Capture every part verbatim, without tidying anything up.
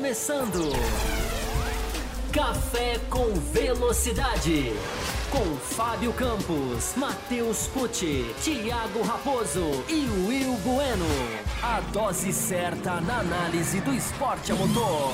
começando Café com Velocidade, com Fábio Campos, Matheus Pucci, Thiago Raposo e Will Bueno. A dose certa na análise do esporte a motor.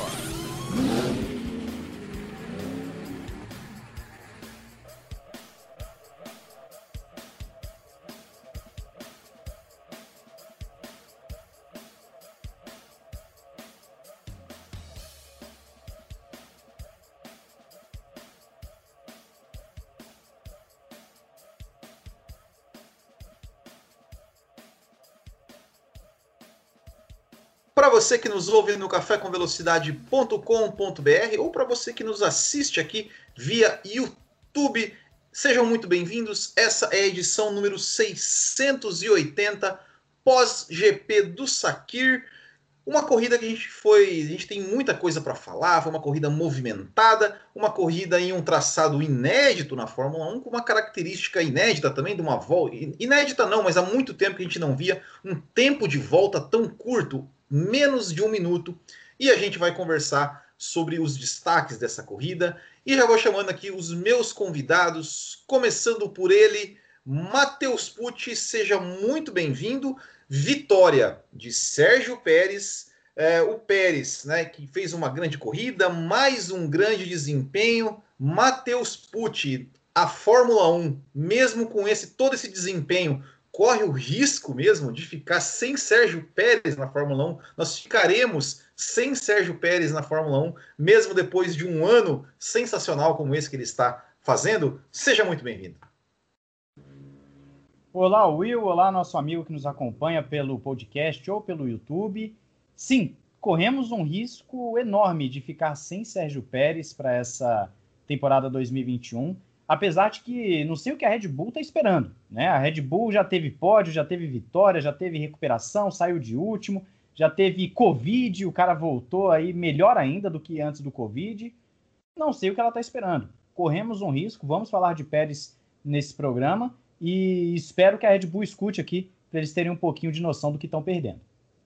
Para você que nos ouve no café com velocidade ponto com ponto b r ou para você que nos assiste aqui via YouTube, sejam muito bem-vindos. Essa é a edição número seiscentos e oitenta pós-G P do Sakhir. Uma corrida que a gente foi, a gente tem muita coisa para falar, foi uma corrida movimentada, uma corrida em um traçado inédito na Fórmula um, com uma característica inédita também de uma volta, inédita não, mas há muito tempo que a gente não via um tempo de volta tão curto, menos de um minuto, e a gente vai conversar sobre os destaques dessa corrida, e já vou chamando aqui os meus convidados, começando por ele, Matheus Pucci, seja muito bem-vindo. Vitória de Sérgio Pérez, é, o Pérez, né, que fez uma grande corrida, mais um grande desempenho. Matheus Pucci, a Fórmula um, mesmo com esse todo esse desempenho, corre o risco mesmo de ficar sem Sérgio Pérez na Fórmula um. Nós ficaremos sem Sérgio Pérez na Fórmula um, mesmo depois de um ano sensacional como esse que ele está fazendo. Seja muito bem-vindo. Olá, Will. Olá, nosso amigo que nos acompanha pelo podcast ou pelo YouTube. Sim, corremos um risco enorme de ficar sem Sérgio Pérez para essa temporada dois mil e vinte e um, apesar de que não sei o que a Red Bull está esperando, né? A Red Bull já teve pódio, já teve vitória, já teve recuperação, saiu de último, já teve Covid, o cara voltou aí melhor ainda do que antes do Covid. Não sei o que ela está esperando. Corremos um risco, vamos falar de Pérez nesse programa, e espero que a Red Bull escute aqui, para eles terem um pouquinho de noção do que estão perdendo.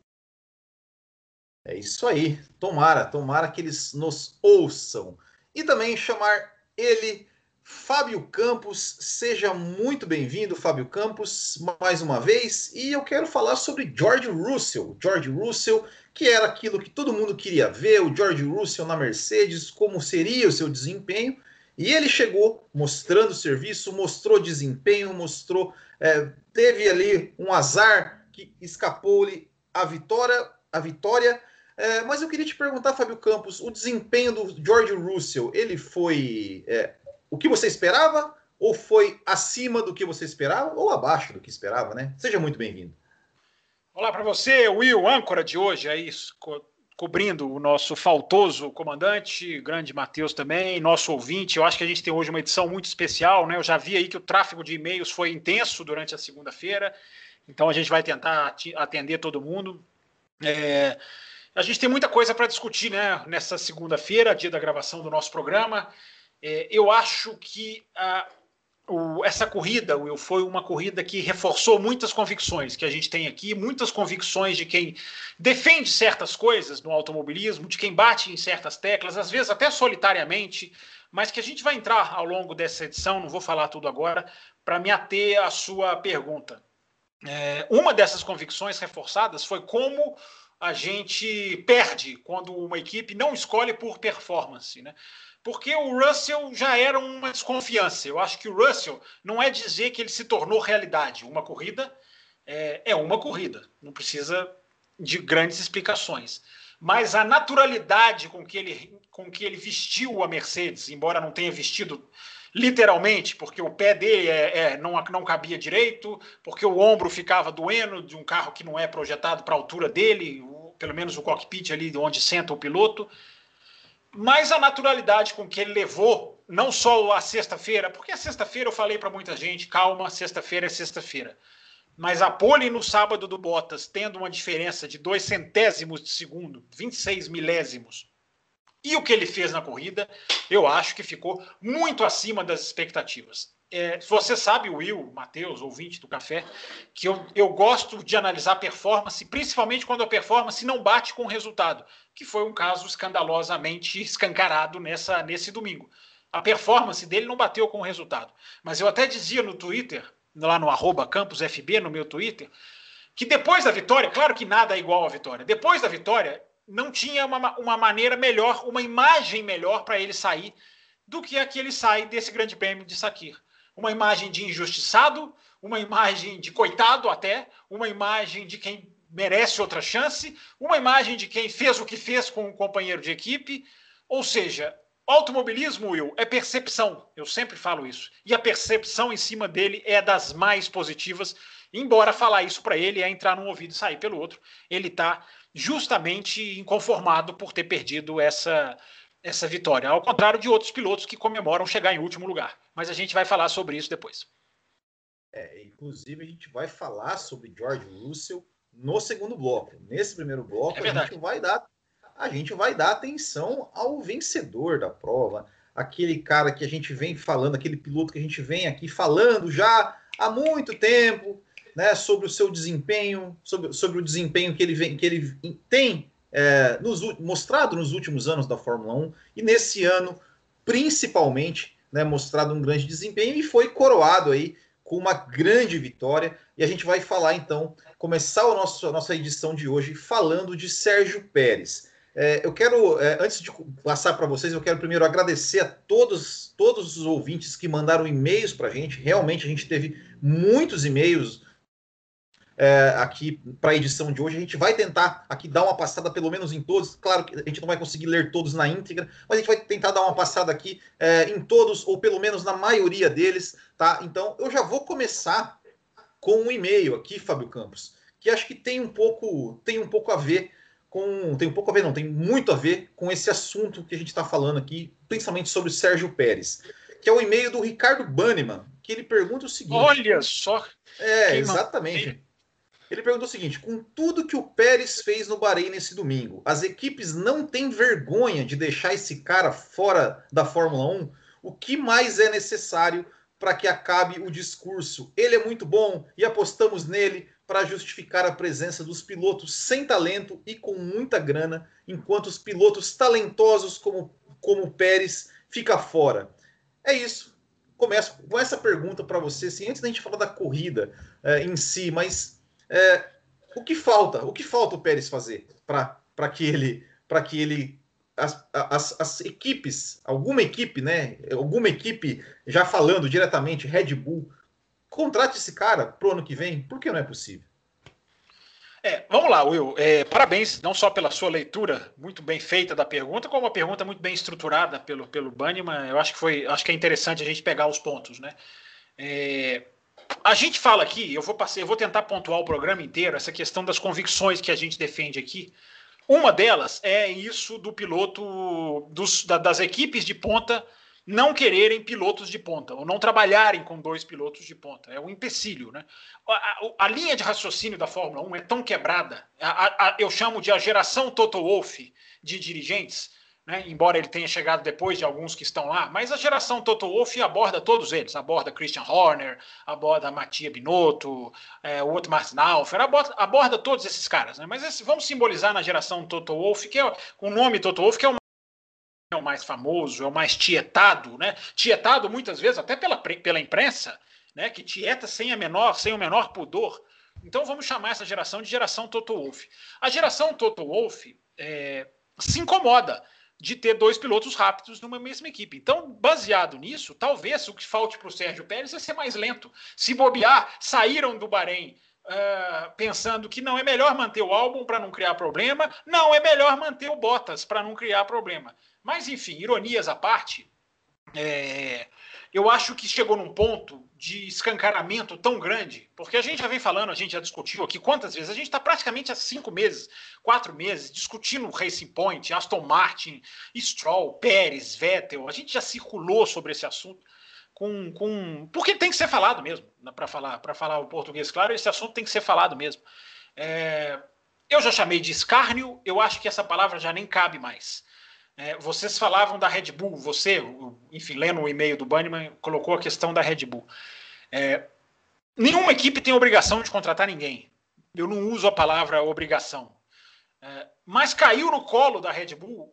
É isso aí. Tomara, tomara que eles nos ouçam. E também chamar ele, Fábio Campos. Seja muito bem-vindo, Fábio Campos, mais uma vez. E eu quero falar sobre George Russell. George Russell, que era aquilo que todo mundo queria ver, o George Russell na Mercedes, como seria o seu desempenho. E ele chegou mostrando serviço, mostrou desempenho, mostrou, é, teve ali um azar que escapou-lhe a vitória. A vitória. É, mas eu queria te perguntar, Fábio Campos, o desempenho do George Russell, ele foi é, o que você esperava? Ou foi acima do que você esperava? Ou abaixo do que esperava, né? Seja muito bem-vindo. Olá para você, Will, âncora de hoje, aí, co cobrindo o nosso faltoso comandante, grande Matheus também, nosso ouvinte. Eu acho que a gente tem hoje uma edição muito especial, né? Eu já vi aí que o tráfego de e-mails foi intenso durante a segunda-feira, então a gente vai tentar atender todo mundo. É, a gente tem muita coisa para discutir, né, nessa segunda-feira, dia da gravação do nosso programa. É, eu acho que a O, essa corrida, Will, foi uma corrida que reforçou muitas convicções que a gente tem aqui, muitas convicções de quem defende certas coisas no automobilismo, de quem bate em certas teclas, às vezes até solitariamente, mas que a gente vai entrar ao longo dessa edição, não vou falar tudo agora, para me ater à sua pergunta. É, uma dessas convicções reforçadas foi como a gente perde quando uma equipe não escolhe por performance, né? Porque o Russell já era uma desconfiança. Eu acho que o Russell não é dizer que ele se tornou realidade. Uma corrida é, é uma corrida, não precisa de grandes explicações. Mas a naturalidade com que ele, com que ele vestiu a Mercedes, embora não tenha vestido literalmente, porque o pé dele é, é, não, não cabia direito, porque o ombro ficava doendo de um carro que não é projetado para a altura dele, o, pelo menos o cockpit ali onde senta o piloto. Mas a naturalidade com que ele levou, não só a sexta-feira, porque a sexta-feira eu falei para muita gente, calma, sexta-feira é sexta-feira. Mas a pole no sábado do Bottas, tendo uma diferença de dois centésimos de segundo, vinte e seis milésimos, e o que ele fez na corrida, eu acho que ficou muito acima das expectativas. É, você sabe, Will, Matheus, ouvinte do Café, que eu, eu gosto de analisar performance, principalmente quando a performance não bate com o resultado, que foi um caso escandalosamente escancarado nessa, nesse domingo. A performance dele não bateu com o resultado. Mas eu até dizia no Twitter, lá no arroba campusfb, no meu Twitter, que depois da vitória, claro que nada é igual à vitória, depois da vitória não tinha uma, uma maneira melhor, uma imagem melhor para ele sair do que a que ele sai desse grande prêmio de Sakhir. Uma imagem de injustiçado, uma imagem de coitado até, uma imagem de quem merece outra chance, uma imagem de quem fez o que fez com um companheiro de equipe. Ou seja, automobilismo, Will, é percepção. Eu sempre falo isso. E a percepção em cima dele é das mais positivas. Embora falar isso para ele é entrar num ouvido e sair pelo outro. Ele está justamente inconformado por ter perdido essa... essa vitória, ao contrário de outros pilotos que comemoram chegar em último lugar. Mas a gente vai falar sobre isso depois. É, inclusive, a gente vai falar sobre George Russell no segundo bloco. Nesse primeiro bloco, é a, gente vai dar, a gente vai dar atenção ao vencedor da prova, aquele cara que a gente vem falando, aquele piloto que a gente vem aqui falando já há muito tempo, né, sobre o seu desempenho, sobre, sobre o desempenho que ele, vem, que ele tem É, nos, mostrado nos últimos anos da Fórmula um e nesse ano, principalmente, né, mostrado um grande desempenho e foi coroado aí com uma grande vitória. E a gente vai falar então, começar o nosso, a nossa edição de hoje falando de Sérgio Pérez. É, eu quero, é, antes de passar para vocês, eu quero primeiro agradecer a todos, todos os ouvintes que mandaram e-mails para a gente. Realmente a gente teve muitos e-mails É, aqui para a edição de hoje. A gente vai tentar aqui dar uma passada pelo menos em todos. Claro que a gente não vai conseguir ler todos na íntegra, mas a gente vai tentar dar uma passada aqui é, em todos, ou pelo menos na maioria deles, tá? Então eu já vou começar com um e-mail aqui, Fábio Campos, que acho que tem um pouco, tem um pouco a ver com. Tem um pouco a ver, não, tem muito a ver com esse assunto que a gente está falando aqui, principalmente sobre o Sérgio Pérez, que é o e-mail do Ricardo Banniman, que ele pergunta o seguinte. Olha só! É, exatamente. Ele perguntou o seguinte: com tudo que o Pérez fez no Bahrein nesse domingo, as equipes não têm vergonha de deixar esse cara fora da Fórmula um? O que mais é necessário para que acabe o discurso? Ele é muito bom e apostamos nele para justificar a presença dos pilotos sem talento e com muita grana, enquanto os pilotos talentosos como, como o Pérez fica fora. É isso. Começo com essa pergunta para você, assim, antes da gente falar da corrida é, em si, mas É, o que falta? O que falta o Pérez fazer para que ele, para que ele, as, as, as equipes, alguma equipe, né? Alguma equipe já falando diretamente, Red Bull, contrate esse cara pro ano que vem? Por que não é possível? É, vamos lá, Will. É, parabéns não só pela sua leitura muito bem feita da pergunta, como uma pergunta muito bem estruturada pelo pelo Banniman. Eu acho que foi, acho que é interessante a gente pegar os pontos, né? É, A gente fala aqui, eu vou, passar, eu vou tentar pontuar o programa inteiro, essa questão das convicções que a gente defende aqui. Uma delas é isso do piloto, dos, da, das equipes de ponta não quererem pilotos de ponta, ou não trabalharem com dois pilotos de ponta. É um empecilho, né? A, a, a linha de raciocínio da Fórmula um é tão quebrada, a, a, eu chamo de a geração Toto Wolff de dirigentes, né? Embora ele tenha chegado depois de alguns que estão lá, mas a geração Toto Wolff aborda todos eles, aborda Christian Horner, aborda Mattia Binotto, é, o outro Martin Alfer, aborda, aborda todos esses caras, né? Mas esse, vamos simbolizar na geração Toto Wolff, que é o nome Toto Wolff, que é o, é o mais famoso, é o mais tietado, né? Tietado muitas vezes até pela, pela imprensa, né? Que tieta sem, a menor, sem o menor pudor. Então vamos chamar essa geração de geração Toto Wolff. A geração Toto Wolff é, se incomoda de ter dois pilotos rápidos numa mesma equipe. Então, baseado nisso, talvez o que falte para o Sérgio Pérez é ser mais lento. Se bobear, saíram do Bahrein uh, pensando que não é melhor manter o Albon para não criar problema, não, é melhor manter o Bottas para não criar problema. Mas, enfim, ironias à parte, é, eu acho que chegou num ponto de escancaramento tão grande, porque a gente já vem falando, a gente já discutiu aqui quantas vezes, a gente está praticamente há cinco meses, quatro meses, discutindo Racing Point, Aston Martin, Stroll, Pérez, Vettel, a gente já circulou sobre esse assunto, com, com... porque tem que ser falado mesmo, para falar, para falar o português claro, esse assunto tem que ser falado mesmo. É... Eu já chamei de escárnio, eu acho que essa palavra já nem cabe mais. É, vocês falavam da Red Bull, você, enfim, lendo o e-mail do Banniman, colocou a questão da Red Bull. É, nenhuma equipe tem obrigação de contratar ninguém. Eu não uso a palavra obrigação. É, mas caiu no colo da Red Bull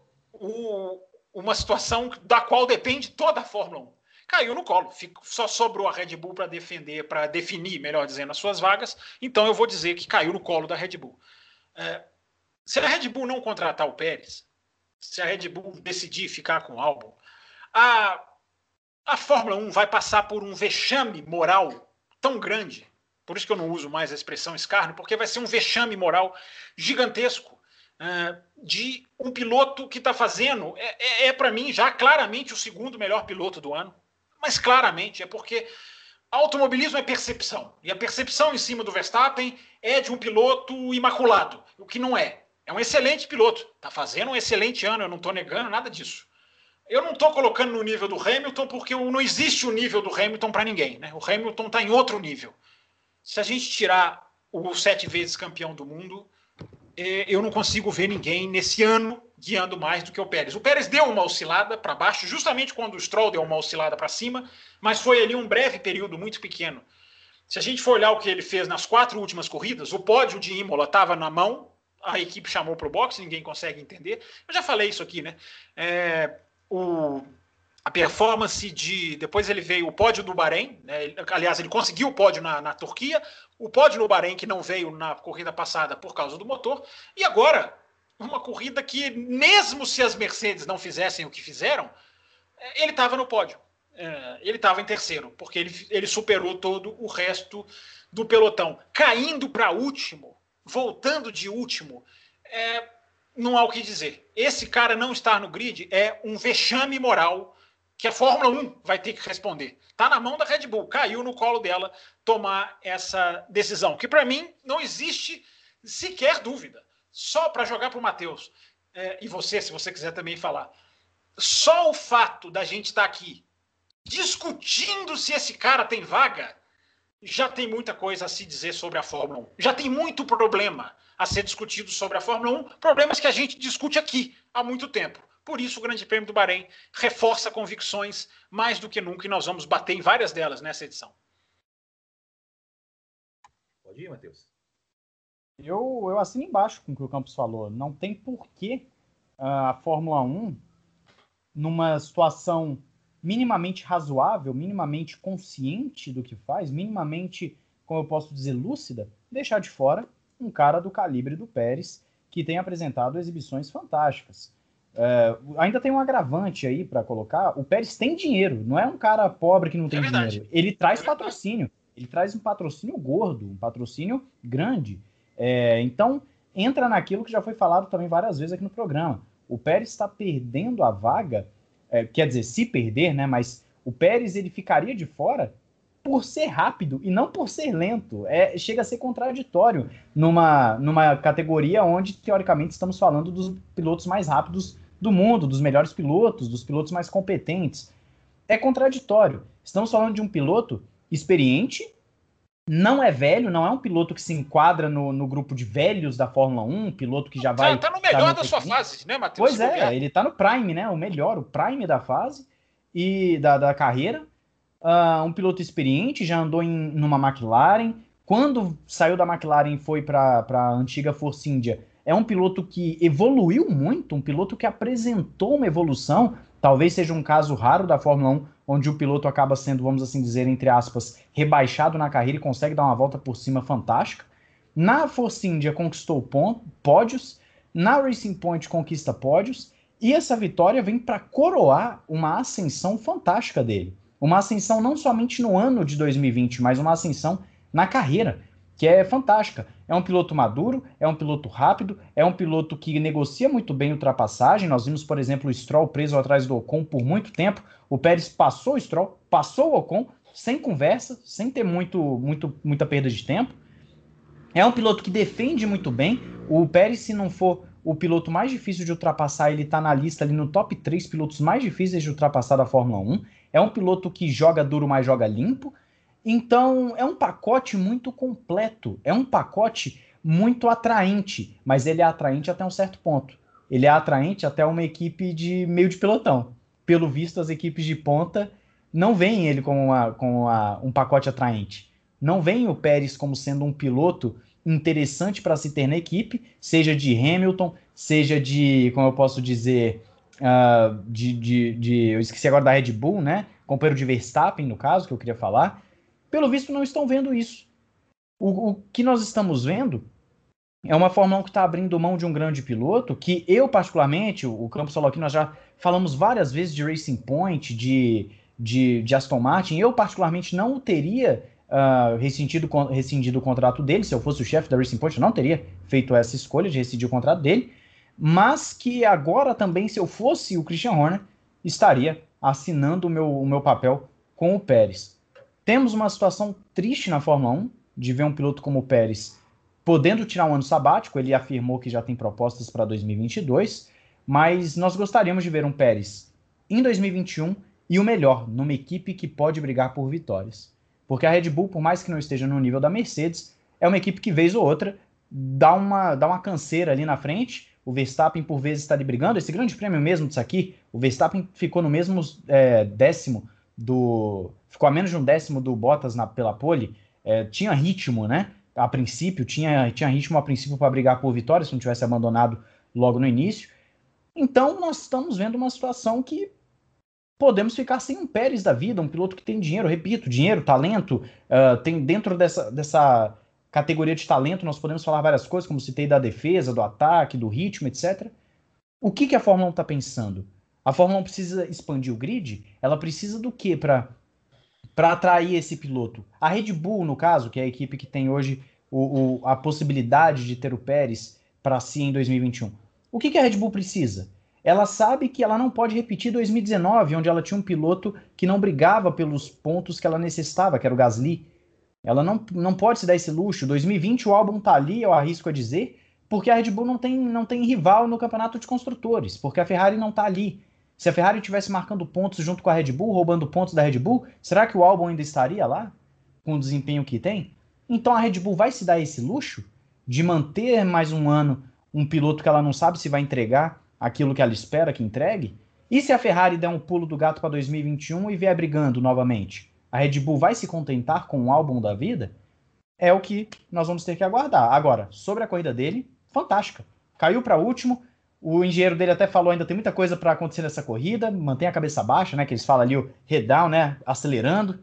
o, uma situação da qual depende toda a Fórmula um. Caiu no colo. Fico, só sobrou a Red Bull para defender, para definir, melhor dizendo, as suas vagas. Então eu vou dizer que caiu no colo da Red Bull. É, se a Red Bull não contratar o Pérez, se a Red Bull decidir ficar com o Albon, a, a Fórmula um vai passar por um vexame moral tão grande, por isso que eu não uso mais a expressão escárnio, porque vai ser um vexame moral gigantesco uh, de um piloto que está fazendo, é, é, é para mim já claramente o segundo melhor piloto do ano, mas claramente é porque automobilismo é percepção, e a percepção em cima do Verstappen é de um piloto imaculado, o que não é. É um excelente piloto, está fazendo um excelente ano, eu não estou negando nada disso. Eu não estou colocando no nível do Hamilton porque não existe o nível do Hamilton para ninguém, né? O Hamilton está em outro nível. Se a gente tirar o sete vezes campeão do mundo, eu não consigo ver ninguém nesse ano guiando mais do que o Pérez. O Pérez deu uma oscilada para baixo, justamente quando o Stroll deu uma oscilada para cima, mas foi ali um breve período muito pequeno. Se a gente for olhar o que ele fez nas quatro últimas corridas, o pódio de Imola estava na mão, a equipe chamou para o boxe, ninguém consegue entender. Eu já falei isso aqui, né? É, o, a performance de... Depois ele veio o pódio do Bahrein, né? Aliás, ele conseguiu o pódio na, na Turquia, o pódio no Bahrein que não veio na corrida passada por causa do motor, e agora uma corrida que, mesmo se as Mercedes não fizessem o que fizeram, ele estava no pódio. É, ele estava em terceiro, porque ele, ele superou todo o resto do pelotão. Caindo para último, voltando de último, é, não há o que dizer. Esse cara não estar no grid é um vexame moral que a Fórmula um vai ter que responder. Está na mão da Red Bull, caiu no colo dela tomar essa decisão, que para mim não existe sequer dúvida. Só para jogar para o Matheus, é, e você, se você quiser também falar, só o fato da gente estar tá aqui discutindo se esse cara tem vaga, já tem muita coisa a se dizer sobre a Fórmula um. Já tem muito problema a ser discutido sobre a Fórmula um, problemas que a gente discute aqui há muito tempo. Por isso o Grande Prêmio do Bahrein reforça convicções mais do que nunca, e nós vamos bater em várias delas nessa edição. Pode ir, Matheus. Eu, eu assino embaixo com o que o Campos falou. Não tem porquê a Fórmula um, numa situação minimamente razoável, minimamente consciente do que faz, minimamente, como eu posso dizer, lúcida, deixar de fora um cara do calibre do Pérez, que tem apresentado exibições fantásticas. É, ainda tem um agravante aí para colocar. O Pérez tem dinheiro, não é um cara pobre que não tem é dinheiro. Ele traz é patrocínio, ele traz um patrocínio gordo, um patrocínio grande. É, então, entra naquilo que já foi falado também várias vezes aqui no programa. O Pérez está perdendo a vaga, é, quer dizer, se perder, né? Mas o Pérez ele ficaria de fora por ser rápido e não por ser lento. É, chega a ser contraditório numa, numa categoria onde, teoricamente, estamos falando dos pilotos mais rápidos do mundo, dos melhores pilotos, dos pilotos mais competentes. É contraditório. Estamos falando de um piloto experiente, não é velho, não é um piloto que se enquadra no, no grupo de velhos da Fórmula um, um piloto que já vai... Tá, tá no melhor da sua fase, né, Matheus? Pois é, ele tá no prime, né? O melhor, o prime da fase e da, da carreira. Uh, um piloto experiente, já andou em numa McLaren. Quando saiu da McLaren e foi para a antiga Force India, é um piloto que evoluiu muito, um piloto que apresentou uma evolução. Talvez seja um caso raro da Fórmula um, onde o piloto acaba sendo, vamos assim dizer, entre aspas, rebaixado na carreira e consegue dar uma volta por cima fantástica. Na Force India conquistou pódios, na Racing Point conquista pódios, e essa vitória vem para coroar uma ascensão fantástica dele. Uma ascensão não somente no ano de dois mil e vinte, mas uma ascensão na carreira, que é fantástica. É um piloto maduro, é um piloto rápido, é um piloto que negocia muito bem ultrapassagem. Nós vimos, por exemplo, o Stroll preso atrás do Ocon por muito tempo. O Pérez passou o Stroll, passou o Ocon, sem conversa, sem ter muito, muito, muita perda de tempo. É um piloto que defende muito bem. O Pérez, se não for o piloto mais difícil de ultrapassar, ele está na lista ali no top três pilotos mais difíceis de ultrapassar da Fórmula um. É um piloto que joga duro, mas joga limpo. Então, é um pacote muito completo. É um pacote muito atraente, mas ele é atraente até um certo ponto. ele é atraente até uma equipe de meio de pelotão. Pelo visto, as equipes de ponta não veem ele como, uma, como uma, um pacote atraente. Não veem o Pérez como sendo um piloto interessante para se ter na equipe, seja de Hamilton, seja de, como eu posso dizer, uh, de, de, de, eu esqueci agora da Red Bull, né? Companheiro de Verstappen, no caso, que eu queria falar. Pelo visto, não estão vendo isso. O, o que nós estamos vendo é uma Fórmula um que está abrindo mão de um grande piloto, que eu, particularmente, o, o Campos falou aqui, nós já falamos várias vezes de Racing Point, de, de, de Aston Martin, eu, particularmente, não teria uh, rescindido, rescindido o contrato dele, se eu fosse o chefe da Racing Point, eu não teria feito essa escolha de rescindir o contrato dele, mas que agora também, se eu fosse o Christian Horner, estaria assinando o meu, o meu papel com o Pérez. Temos uma situação triste na Fórmula um, de ver um piloto como o Pérez podendo tirar um ano sabático. Ele afirmou que já tem propostas para dois mil e vinte e dois, mas nós gostaríamos de ver um Pérez em dois mil e vinte e um e o melhor, numa equipe que pode brigar por vitórias. Porque a Red Bull, por mais que não esteja no nível da Mercedes, é uma equipe que, vez ou outra, dá uma, dá uma canseira ali na frente. O Verstappen, por vezes, está ali brigando. Esse grande prêmio mesmo disso aqui, o Verstappen ficou no mesmo é, décimo do... ficou a menos de um décimo do Bottas na, pela pole. É, tinha ritmo, né? A princípio, tinha, tinha ritmo a princípio para brigar por vitória, se não tivesse abandonado logo no início. Então, nós estamos vendo uma situação que podemos ficar sem um Pérez da vida, um piloto que tem dinheiro, repito, dinheiro, talento, uh, tem dentro dessa, dessa categoria de talento, nós podemos falar várias coisas, como citei da defesa, do ataque, do ritmo, etcétera. O que, que a Fórmula um está pensando? A Fórmula um precisa expandir o grid? Ela precisa do quê para para atrair esse piloto? A Red Bull, no caso, que é a equipe que tem hoje o, o, a possibilidade de ter o Pérez para si em dois mil e vinte e um. O que, que a Red Bull precisa? Ela sabe que ela não pode repetir dois mil e dezenove, onde ela tinha um piloto que não brigava pelos pontos que ela necessitava, que era o Gasly. Ela não, não pode se dar esse luxo. dois mil e vinte o álbum tá ali, eu arrisco a dizer, porque a Red Bull não tem, não tem rival no campeonato de construtores, porque a Ferrari não tá ali. Se a Ferrari estivesse marcando pontos junto com a Red Bull, roubando pontos da Red Bull, será que o álbum ainda estaria lá? Com o desempenho que tem? Então a Red Bull vai se dar esse luxo de manter mais um ano um piloto que ela não sabe se vai entregar aquilo que ela espera que entregue? E se a Ferrari der um pulo do gato para dois mil e vinte e um e vier brigando novamente? A Red Bull vai se contentar com o álbum da vida? É o que nós vamos ter que aguardar. Agora, sobre a corrida dele, fantástica. Caiu para último. O engenheiro dele até falou, ainda tem muita coisa para acontecer nessa corrida, mantém a cabeça baixa, né, que eles falam ali o head down, né, acelerando.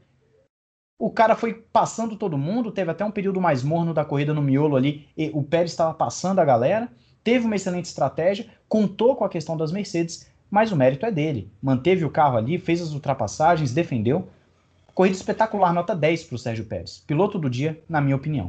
O cara foi passando todo mundo, teve até um período mais morno da corrida no miolo ali, e o Pérez estava passando a galera, teve uma excelente estratégia, contou com a questão das Mercedes, mas o mérito é dele. Manteve o carro ali, fez as ultrapassagens, defendeu. Corrida espetacular, nota dez para o Sérgio Pérez. Piloto do dia, na minha opinião.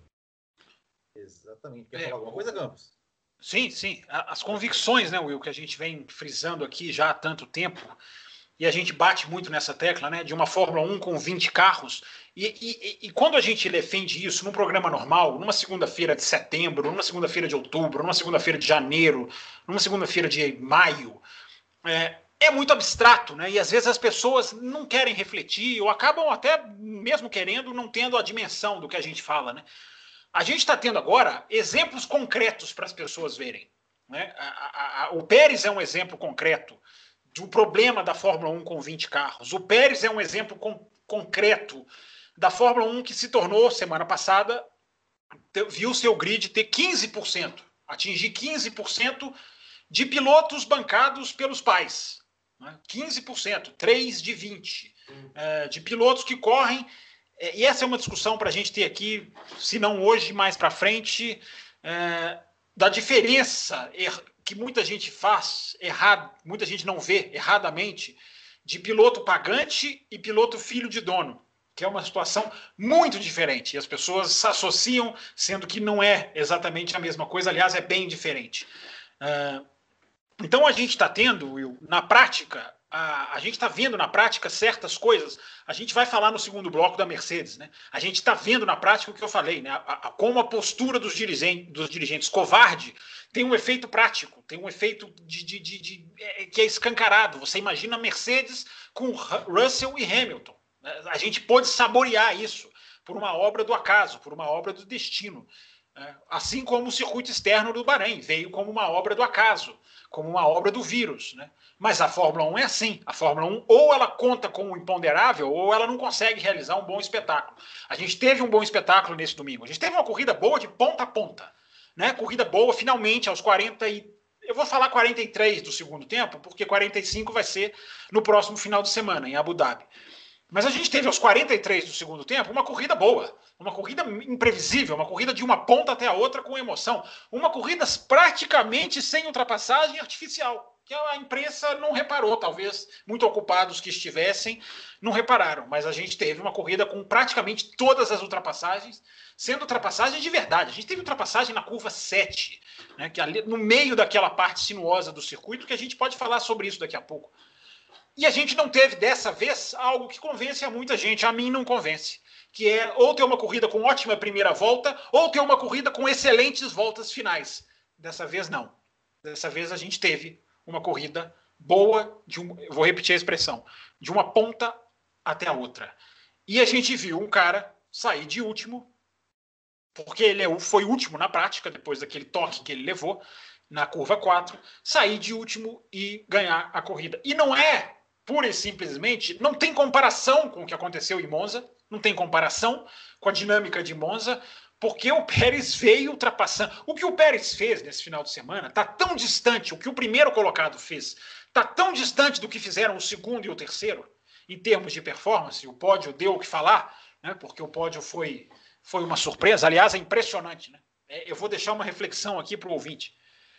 Exatamente. Quer falar alguma coisa, Campos? Sim, sim. As convicções, né, Will, que a gente vem frisando aqui já há tanto tempo, e a gente bate muito nessa tecla, né, de uma Fórmula um com vinte carros, e, e, e quando a gente defende isso num programa normal, numa segunda-feira de setembro, numa segunda-feira de outubro, numa segunda-feira de janeiro, numa segunda-feira de maio, é, é muito abstrato, né, e às vezes as pessoas não querem refletir, ou acabam até mesmo querendo, não tendo a dimensão do que a gente fala, né. A gente está tendo agora exemplos concretos para as pessoas verem, né? A, a, a, o Pérez é um exemplo concreto do problema da Fórmula um com vinte carros. O Pérez é um exemplo com, concreto da Fórmula um que se tornou, semana passada, viu seu grid ter quinze por cento, atingir quinze por cento de pilotos bancados pelos pais. Né? quinze por cento, três de vinte, é, de pilotos que correm. E essa é uma discussão para a gente ter aqui, se não hoje, mais para frente, é, da diferença que muita gente faz, errado, muita gente não vê erradamente, de piloto pagante e piloto filho de dono, que é uma situação muito diferente. E as pessoas se associam, sendo que não é exatamente a mesma coisa, aliás, é bem diferente. É, então a gente está tendo, Will, na prática, A, a gente está vendo na prática certas coisas. A gente vai falar no segundo bloco da Mercedes, né? A gente está vendo na prática o que eu falei, né? A, a, como a postura dos dirigentes, dos dirigentes covarde tem um efeito prático, tem um efeito de, de, de, de, é, que é escancarado. Você imagina a Mercedes com Russell e Hamilton. A gente pôde saborear isso por uma obra do acaso, por uma obra do destino. né? Assim como o circuito externo do Bahrein veio como uma obra do acaso, como uma obra do vírus, né? Mas a Fórmula um é assim. A Fórmula um ou ela conta com o imponderável ou ela não consegue realizar um bom espetáculo. A gente teve um bom espetáculo nesse domingo. A gente teve uma corrida boa de ponta a ponta, né? Corrida boa, finalmente, aos quarenta e... Eu vou falar quarenta e três do segundo tempo, porque quarenta e cinco vai ser no próximo final de semana, em Abu Dhabi. Mas a gente teve aos quarenta e três do segundo tempo uma corrida boa, uma corrida imprevisível, uma corrida de uma ponta até a outra com emoção, uma corrida praticamente sem ultrapassagem artificial, que a imprensa não reparou, talvez muito ocupados que estivessem, não repararam, mas a gente teve uma corrida com praticamente todas as ultrapassagens, sendo ultrapassagem de verdade. A gente teve ultrapassagem na curva sete, né, que ali, no meio daquela parte sinuosa do circuito, que a gente pode falar sobre isso daqui a pouco. E a gente não teve, dessa vez, algo que convence a muita gente. A mim não convence. Que é ou ter uma corrida com ótima primeira volta, ou ter uma corrida com excelentes voltas finais. Dessa vez, não. Dessa vez, a gente teve uma corrida boa, de um, eu vou repetir a expressão, de uma ponta até a outra. E a gente viu um cara sair de último, porque ele é, foi último na prática, depois daquele toque que ele levou na curva quatro, sair de último e ganhar a corrida. E não é... pura e simplesmente, não tem comparação com o que aconteceu em Monza, não tem comparação com a dinâmica de Monza, porque o Pérez veio ultrapassando. O que o Pérez fez nesse final de semana está tão distante, o que o primeiro colocado fez, está tão distante do que fizeram o segundo e o terceiro, em termos de performance. O pódio deu o que falar, né, porque o pódio foi, foi uma surpresa. Aliás, é impressionante. Né? É, eu vou deixar uma reflexão aqui para o ouvinte.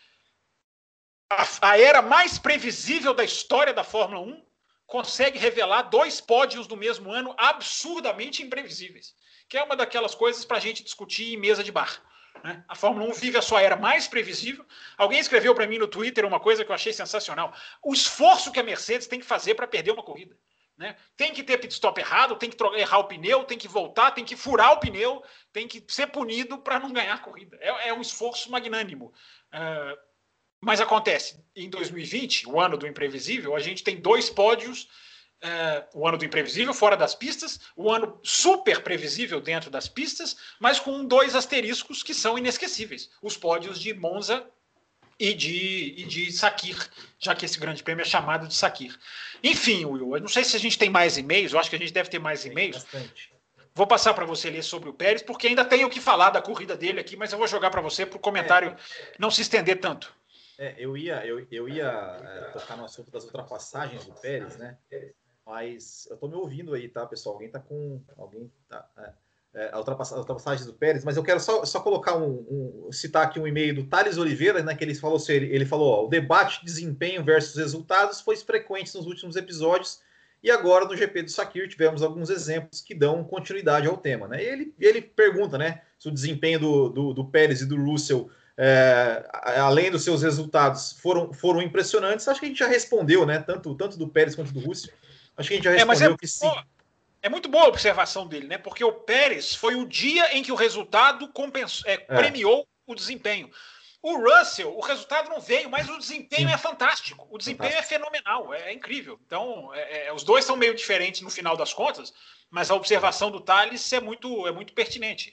A, a era mais previsível da história da Fórmula um consegue revelar dois pódios no mesmo ano absurdamente imprevisíveis, que é uma daquelas coisas para a gente discutir em mesa de bar. Né? A Fórmula um vive a sua era mais previsível. Alguém escreveu para mim no Twitter uma coisa que eu achei sensacional. O esforço que a Mercedes tem que fazer para perder uma corrida. Né? Tem que ter pit stop errado, tem que errar o pneu, tem que voltar, tem que furar o pneu, tem que ser punido para não ganhar a corrida. É, é um esforço magnânimo. Uh, Mas acontece, em dois mil e vinte, o ano do imprevisível, a gente tem dois pódios, uh, o ano do imprevisível fora das pistas, o ano super previsível dentro das pistas, mas com dois asteriscos que são inesquecíveis. Os pódios de Monza e de, e de Sakir, já que esse grande prêmio é chamado de Sakir. Enfim, Will, eu não sei se a gente tem mais e-mails, eu acho que a gente deve ter mais e-mails. Vou passar para você ler sobre o Pérez, porque ainda tenho o que falar da corrida dele aqui, mas eu vou jogar para você para o comentário é. não se estender tanto. É, eu ia, eu, eu ia é, tocar no assunto das ultrapassagens do Pérez, né? Mas eu tô me ouvindo aí, tá, pessoal? Alguém tá com... Alguém tá... É, é, a ultrapassagem, ultrapassagem do Pérez, mas eu quero só, só colocar um, um... citar aqui um e-mail do Thales Oliveira, né? Que ele falou assim, ele, ele falou, ó, o debate desempenho versus resultados foi frequente nos últimos episódios e agora no G P do Sakir tivemos alguns exemplos que dão continuidade ao tema, né? E ele, ele pergunta, né? Se o desempenho do, do, do Pérez e do Russell... É, além dos seus resultados, foram, foram impressionantes. Acho que a gente já respondeu, né? Tanto, tanto do Pérez quanto do Russell. Acho que a gente já respondeu é, é que sim. Boa, é muito boa a observação dele, né? Porque o Pérez foi o dia em que o resultado compensou, é, é. premiou o desempenho. O Russell, o resultado não veio, mas o desempenho sim. é fantástico. O desempenho fantástico. é fenomenal, é, é incrível. Então, é, é, os dois são meio diferentes no final das contas, mas a observação do Thales é muito, é muito pertinente.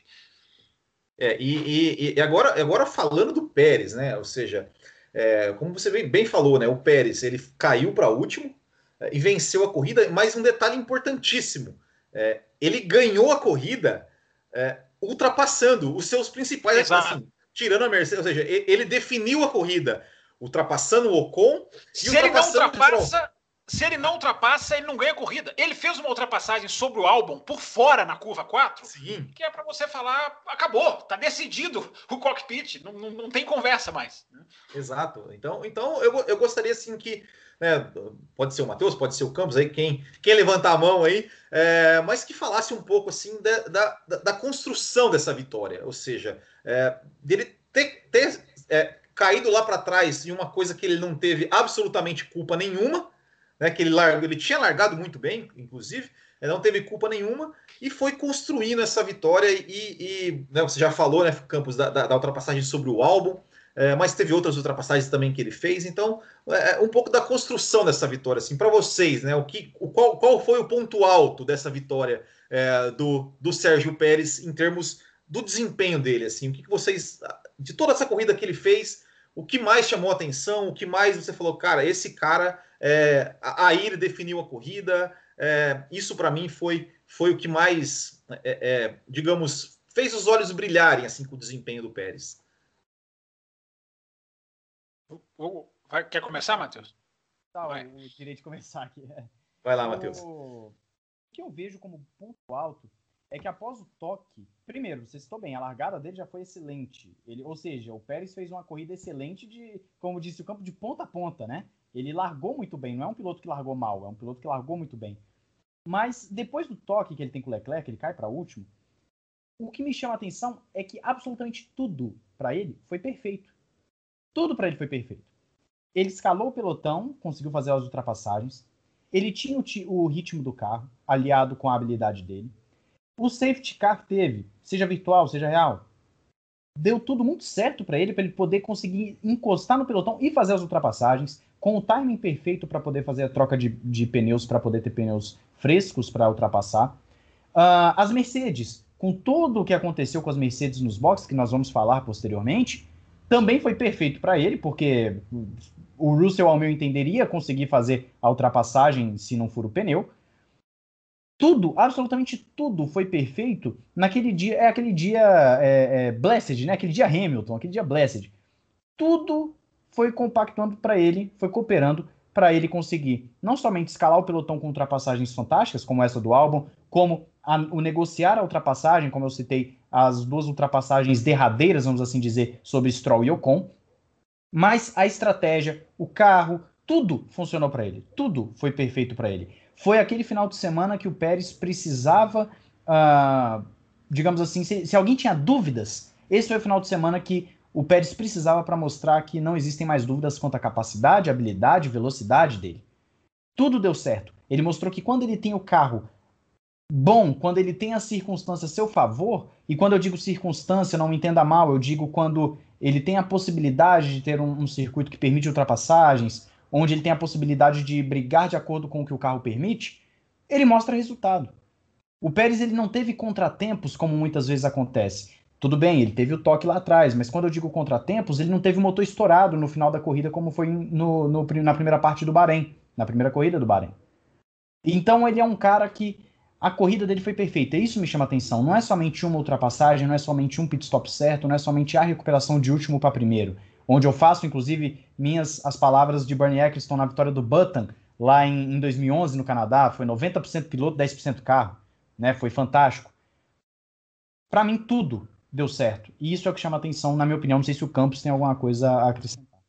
É, e, e, e agora, agora falando do Pérez, né? Ou seja, é, como você bem, bem falou, né? O Pérez ele caiu para último é, e venceu a corrida. Mas um detalhe importantíssimo: é, ele ganhou a corrida é, ultrapassando os seus principais, assim, tirando a Mercedes. Ou seja, ele, ele definiu a corrida ultrapassando o Ocon. Se e ele não ultrapassa. Se ele não ultrapassa, ele não ganha corrida. Ele fez uma ultrapassagem sobre o Albon por fora na curva quatro, Sim. que é para você falar, acabou, tá decidido o cockpit, não, não, não tem conversa mais. Exato. Então, então eu, eu gostaria assim que, né, pode ser o Matheus, pode ser o Campos aí, quem, quem levantar a mão aí, é, mas que falasse um pouco assim da, da, da construção dessa vitória, ou seja, é, dele ter, ter é, caído lá para trás em uma coisa que ele não teve absolutamente culpa nenhuma. Né, que ele, largou, ele tinha largado muito bem, inclusive, não teve culpa nenhuma, e foi construindo essa vitória, e, e né, você já falou, né, Campos, da, da, da ultrapassagem sobre o Albon, é, mas teve outras ultrapassagens também que ele fez, então, é, um pouco da construção dessa vitória, assim, para vocês, né, o que, o, qual, qual foi o ponto alto dessa vitória é, do, do Sérgio Pérez em termos do desempenho dele, assim, o que, que vocês, de toda essa corrida que ele fez, o que mais chamou a atenção, o que mais você falou, cara, esse cara, é, aí ele definiu a corrida, é, isso para mim foi, foi o que mais, é, é, digamos, fez os olhos brilharem, assim, com o desempenho do Pérez. Vai, quer começar, Matheus? Tá, Vai. Eu tirei de começar aqui. Vai lá, Matheus. O que eu vejo como ponto alto é que após o toque, primeiro, você citou bem, a largada dele já foi excelente. Ele, ou seja, o Pérez fez uma corrida excelente de, como disse o campo, de ponta a ponta, né? Ele largou muito bem, não é um piloto que largou mal, é um piloto que largou muito bem. Mas depois do toque que ele tem com o Leclerc, ele cai para último, o que me chama a atenção é que absolutamente tudo para ele foi perfeito. Tudo para ele foi perfeito. Ele escalou o pelotão, conseguiu fazer as ultrapassagens, ele tinha o, o ritmo do carro, aliado com a habilidade dele. O safety car teve, seja virtual, seja real, deu tudo muito certo para ele, para ele poder conseguir encostar no pelotão e fazer as ultrapassagens, com o timing perfeito para poder fazer a troca de, de pneus, para poder ter pneus frescos para ultrapassar. Uh, as Mercedes, com tudo o que aconteceu com as Mercedes nos boxes, que nós vamos falar posteriormente, também foi perfeito para ele, porque o Russell, ao meu entender, ia conseguir fazer a ultrapassagem se não for o pneu. Tudo, absolutamente tudo foi perfeito naquele dia, é aquele dia é, é, Blessed, né? Aquele dia Hamilton, aquele dia Blessed. Tudo foi compactuando para ele, foi cooperando para ele conseguir não somente escalar o pelotão com ultrapassagens fantásticas, como essa do Albon, como a, o negociar a ultrapassagem, como eu citei, as duas ultrapassagens derradeiras, vamos assim dizer, sobre Stroll e Ocon, mas a estratégia, o carro, tudo funcionou para ele, tudo foi perfeito para ele. Foi aquele final de semana que o Pérez precisava, uh, digamos assim, se, se alguém tinha dúvidas, esse foi o final de semana que o Pérez precisava para mostrar que não existem mais dúvidas quanto à capacidade, habilidade, velocidade dele. Tudo deu certo. Ele mostrou que quando ele tem o carro bom, quando ele tem as circunstâncias a seu favor, e quando eu digo circunstância, não me entenda mal, eu digo quando ele tem a possibilidade de ter um, um circuito que permite ultrapassagens, onde ele tem a possibilidade de brigar de acordo com o que o carro permite, ele mostra resultado. O Pérez ele não teve contratempos, como muitas vezes acontece. Tudo bem, ele teve o toque lá atrás, mas quando eu digo contratempos, ele não teve o motor estourado no final da corrida, como foi no, no, na primeira parte do Bahrein, na primeira corrida do Bahrein. Então ele é um cara que a corrida dele foi perfeita, isso me chama atenção. Não é somente uma ultrapassagem, não é somente um pit stop certo, não é somente a recuperação de último para primeiro, onde eu faço, inclusive, minhas as palavras de Bernie Eccleston na vitória do Button, lá em, em dois mil e onze, no Canadá. Foi noventa por cento piloto, dez por cento carro. Né? Foi fantástico. Para mim, tudo deu certo. E isso é o que chama atenção, na minha opinião. Não sei se o Campos tem alguma coisa a acrescentar.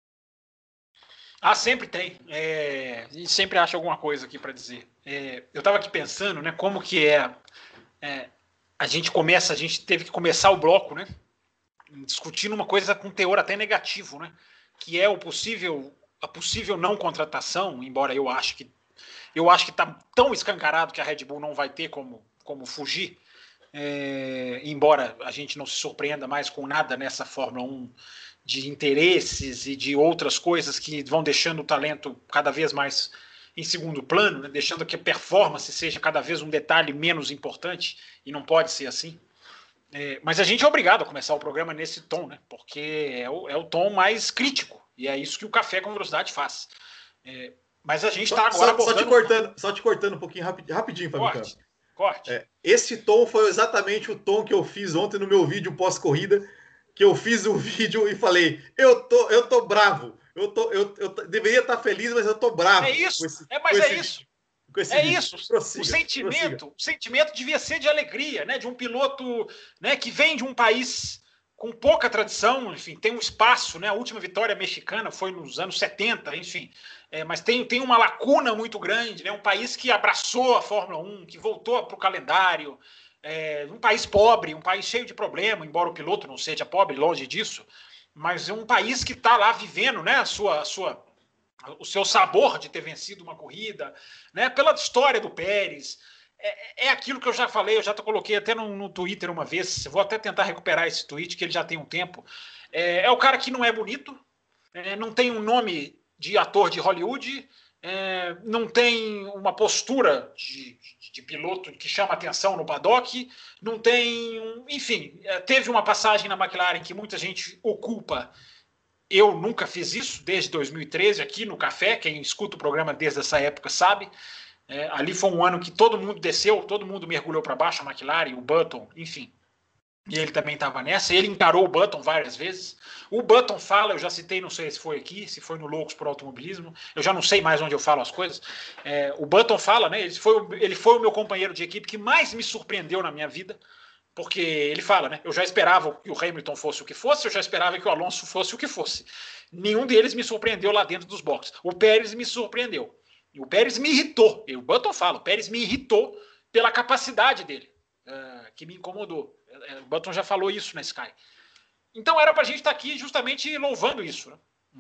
Ah, sempre tem. É, a gente sempre acha alguma coisa aqui para dizer. É, eu estava aqui pensando, né, como que é, é... A gente começa, a gente teve que começar o bloco, né? Discutindo uma coisa com teor até negativo, né? Que é o possível, a possível não contratação, embora eu acho que eu acho que está tão escancarado que a Red Bull não vai ter como, como fugir, é, embora a gente não se surpreenda mais com nada nessa Fórmula um de interesses e de outras coisas que vão deixando o talento cada vez mais em segundo plano, né? Deixando que a performance seja cada vez um detalhe menos importante, e não pode ser assim. É, mas a gente é obrigado a começar o programa nesse tom, né? Porque é o, é o tom mais crítico, e é isso que o Café com Velocidade faz. É, mas a gente está agora só, abordando... Só te, cortando, só te cortando um pouquinho rapidinho, rapidinho Fábio Corte, corte. É, esse tom foi exatamente o tom que eu fiz ontem no meu vídeo pós-corrida, que eu fiz o vídeo e falei, eu tô, eu tô bravo, eu, tô, eu, eu deveria estar feliz, mas eu tô bravo. É isso, esse, é, mas é isso. É vídeo. Isso, prossiga, o sentimento, prossiga. O sentimento devia ser de alegria, né? De um piloto, né, que vem de um país com pouca tradição, enfim, tem um espaço, né? A última vitória mexicana foi nos anos setenta, enfim, é, mas tem, tem uma lacuna muito grande, né? Um país que abraçou a Fórmula um, que voltou para o calendário, é, um país pobre, um país cheio de problema, embora o piloto não seja pobre, longe disso, mas é um país que está lá vivendo, né? A sua, a sua o seu sabor de ter vencido uma corrida, né, pela história do Pérez, é, é aquilo que eu já falei, eu já coloquei até no, no Twitter uma vez, vou até tentar recuperar esse tweet, que ele já tem um tempo, é, é o cara que não é bonito, é, não tem um nome de ator de Hollywood, é, não tem uma postura de, de, de piloto que chama atenção no paddock, não tem, enfim, teve uma passagem na McLaren que muita gente o culpa. Eu nunca fiz isso desde dois mil e treze aqui no Café, quem escuta o programa desde essa época sabe. É, ali foi um ano que todo mundo desceu, todo mundo mergulhou para baixo, a McLaren, o Button, enfim. E ele também estava nessa, ele encarou o Button várias vezes. O Button fala, eu já citei, não sei se foi aqui, se foi no Loucos por Automobilismo, eu já não sei mais onde eu falo as coisas. É, o Button fala, né? Ele foi, ele foi o meu companheiro de equipe que mais me surpreendeu na minha vida, porque ele fala, né? Eu já esperava que o Hamilton fosse o que fosse, eu já esperava que o Alonso fosse o que fosse. Nenhum deles me surpreendeu lá dentro dos boxes. O Pérez me surpreendeu. O Pérez me irritou. E o Button fala, o Pérez me irritou pela capacidade dele, uh, que me incomodou. O Button já falou isso na Sky. Então era para a gente estar aqui justamente louvando isso, né?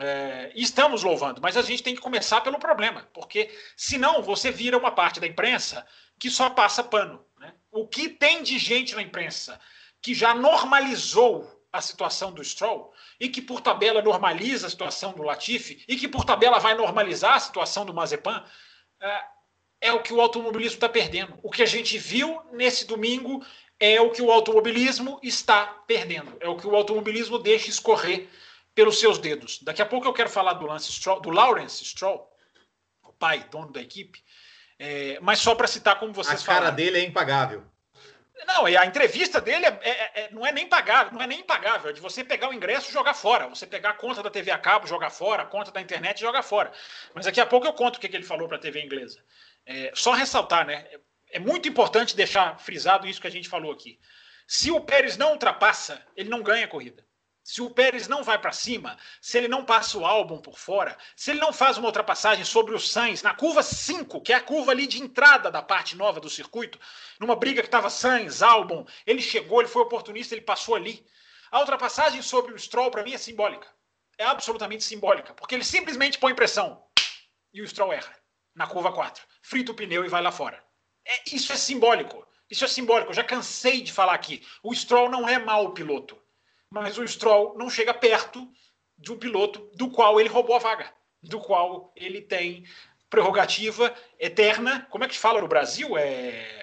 É, e estamos louvando, mas a gente tem que começar pelo problema, porque senão você vira uma parte da imprensa que só passa pano, né? O que tem de gente na imprensa que já normalizou a situação do Stroll e que por tabela normaliza a situação do Latifi e que por tabela vai normalizar a situação do Mazepin, é, é o que o automobilismo está perdendo. O que a gente viu nesse domingo é o que o automobilismo está perdendo. É o que o automobilismo deixa escorrer pelos seus dedos. Daqui a pouco eu quero falar do Lance Stroll, do Lawrence Stroll, o pai, dono da equipe, é, mas só para citar como vocês falaram. A cara dele é impagável. Não, a entrevista dele é, é, é, não é nem pagável, não é nem impagável, é de você pegar o ingresso e jogar fora. Você pegar a conta da T V a cabo, jogar fora, a conta da internet e jogar fora. Mas daqui a pouco eu conto o que, que ele falou para a T V inglesa. É, só ressaltar, né? É muito importante deixar frisado isso que a gente falou aqui. Se o Pérez não ultrapassa, ele não ganha a corrida. Se o Pérez não vai para cima, se ele não passa o Albon por fora, se ele não faz uma ultrapassagem sobre o Sainz na curva cinco, que é a curva ali de entrada da parte nova do circuito, numa briga que estava Sainz, Albon, ele chegou, ele foi oportunista, ele passou ali. A ultrapassagem sobre o Stroll, para mim, é simbólica. É absolutamente simbólica, porque ele simplesmente põe pressão e o Stroll erra na curva quatro. Frita o pneu e vai lá fora. É, isso é simbólico. Isso é simbólico. Eu já cansei de falar aqui. O Stroll não é mau piloto, mas o Stroll não chega perto de um piloto do qual ele roubou a vaga, do qual ele tem prerrogativa eterna. Como é que se fala no Brasil? É,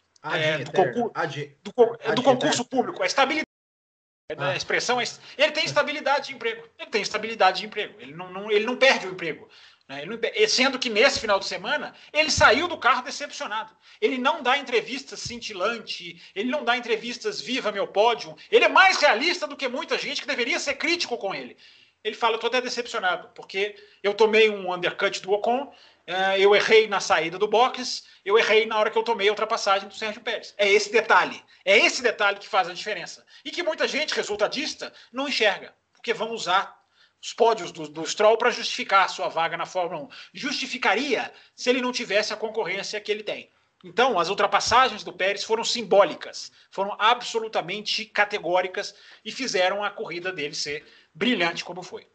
é do, concur, do, é do concurso público. A estabilidade. Ah. A expressão é, ele tem estabilidade de emprego. Ele tem estabilidade de emprego. Ele não, não, ele não perde o emprego. Ele não, sendo que nesse final de semana ele saiu do carro decepcionado. Ele não dá entrevistas cintilante, ele não dá entrevistas viva meu pódio. Ele é mais realista do que muita gente que deveria ser crítico com ele. Ele fala, eu estou até decepcionado, porque eu tomei um undercut do Ocon, eu errei na saída do box, eu errei na hora que eu tomei a ultrapassagem do Sérgio Pérez. É esse detalhe, é esse detalhe que faz a diferença. E que muita gente resultadista não enxerga, porque vão usar os pódios do, do Stroll para justificar a sua vaga na Fórmula um. Justificaria se ele não tivesse a concorrência que ele tem. Então, as ultrapassagens do Pérez foram simbólicas, foram absolutamente categóricas e fizeram a corrida dele ser brilhante como foi.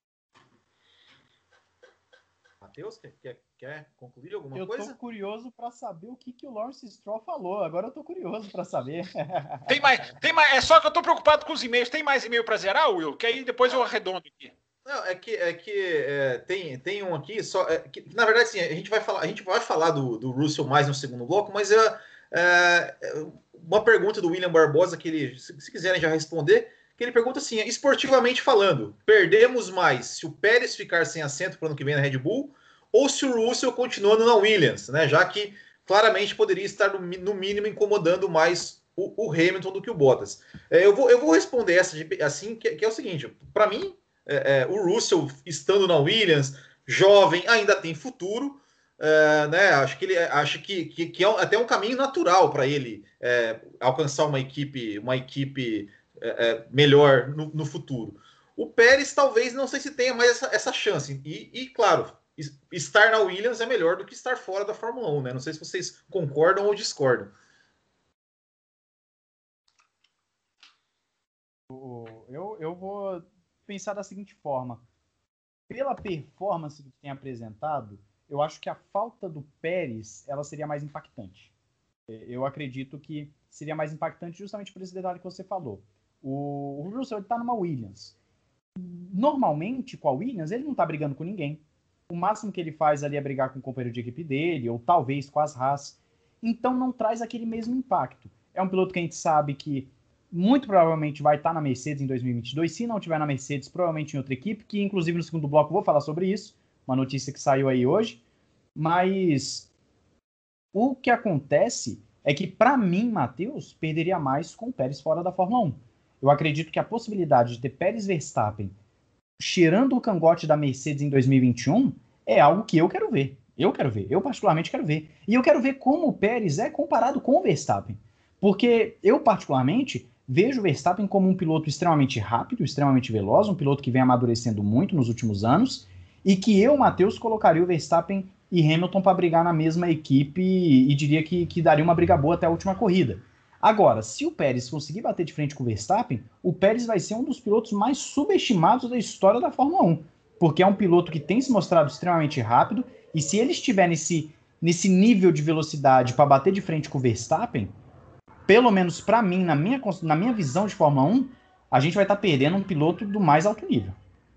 Matheus, quer, quer, quer concluir alguma eu coisa? Eu tô curioso para saber o que, que o Lawrence Stroll falou. Agora eu tô curioso para saber. Tem mais, tem mais, é só que eu tô preocupado com os e-mails. Tem mais e-mail para zerar, Will? Que aí depois eu arredondo aqui. Não, é que, é que é, tem, tem um aqui, só, é, que, na verdade, sim, a gente vai falar, a gente vai falar do, do Russell mais no segundo bloco, mas é, é, uma pergunta do William Barbosa, que ele, se, se quiserem já responder, que ele pergunta assim, esportivamente falando, perdemos mais se o Pérez ficar sem assento para o ano que vem na Red Bull, ou se o Russell continuando na Williams, né? Já que claramente poderia estar no, no mínimo incomodando mais o, o Hamilton do que o Bottas. É, eu, vou, eu vou responder essa assim, que, que é o seguinte, para mim, é, é, o Russell estando na Williams, jovem, ainda tem futuro, é, né? Acho que ele acho que, que, que é até um caminho natural para ele é, alcançar uma equipe, uma equipe é, é, melhor no, no futuro. O Pérez talvez não sei se tenha mais essa, essa chance. E, e claro, estar na Williams é melhor do que estar fora da Fórmula um, né? Não sei se vocês concordam ou discordam. Eu, eu vou pensar da seguinte forma. Pela performance que tem apresentado, eu acho que a falta do Pérez ela seria mais impactante. Eu acredito que seria mais impactante justamente por esse detalhe que você falou. O, o Russell está numa Williams. Normalmente, com a Williams, ele não está brigando com ninguém. o máximo que ele faz ali é brigar com o companheiro de equipe dele, ou talvez com as Haas. Então não traz aquele mesmo impacto. É um piloto que a gente sabe que muito provavelmente vai estar na Mercedes em dois mil e vinte e dois, se não tiver na Mercedes, provavelmente em outra equipe, que inclusive no segundo bloco vou falar sobre isso, uma notícia que saiu aí hoje. Mas o que acontece é que, para mim, Matheus, perderia mais com o Pérez fora da Fórmula um. Eu acredito que a possibilidade de ter Pérez Verstappen cheirando o cangote da Mercedes em dois mil e vinte e um é algo que eu quero ver. Eu quero ver, eu particularmente quero ver. E eu quero ver como o Pérez é comparado com o Verstappen. Porque eu, particularmente, vejo o Verstappen como um piloto extremamente rápido, extremamente veloz, um piloto que vem amadurecendo muito nos últimos anos, e que eu, Matheus, colocaria o Verstappen e Hamilton para brigar na mesma equipe e, e diria que, que daria uma briga boa até a última corrida. Agora, se o Pérez conseguir bater de frente com o Verstappen, o Pérez vai ser um dos pilotos mais subestimados da história da Fórmula um, porque é um piloto que tem se mostrado extremamente rápido, e se ele estiver nesse, nesse nível de velocidade para bater de frente com o Verstappen, pelo menos para mim, na minha, na minha visão de Fórmula um, a gente vai estar tá perdendo um piloto do mais alto nível.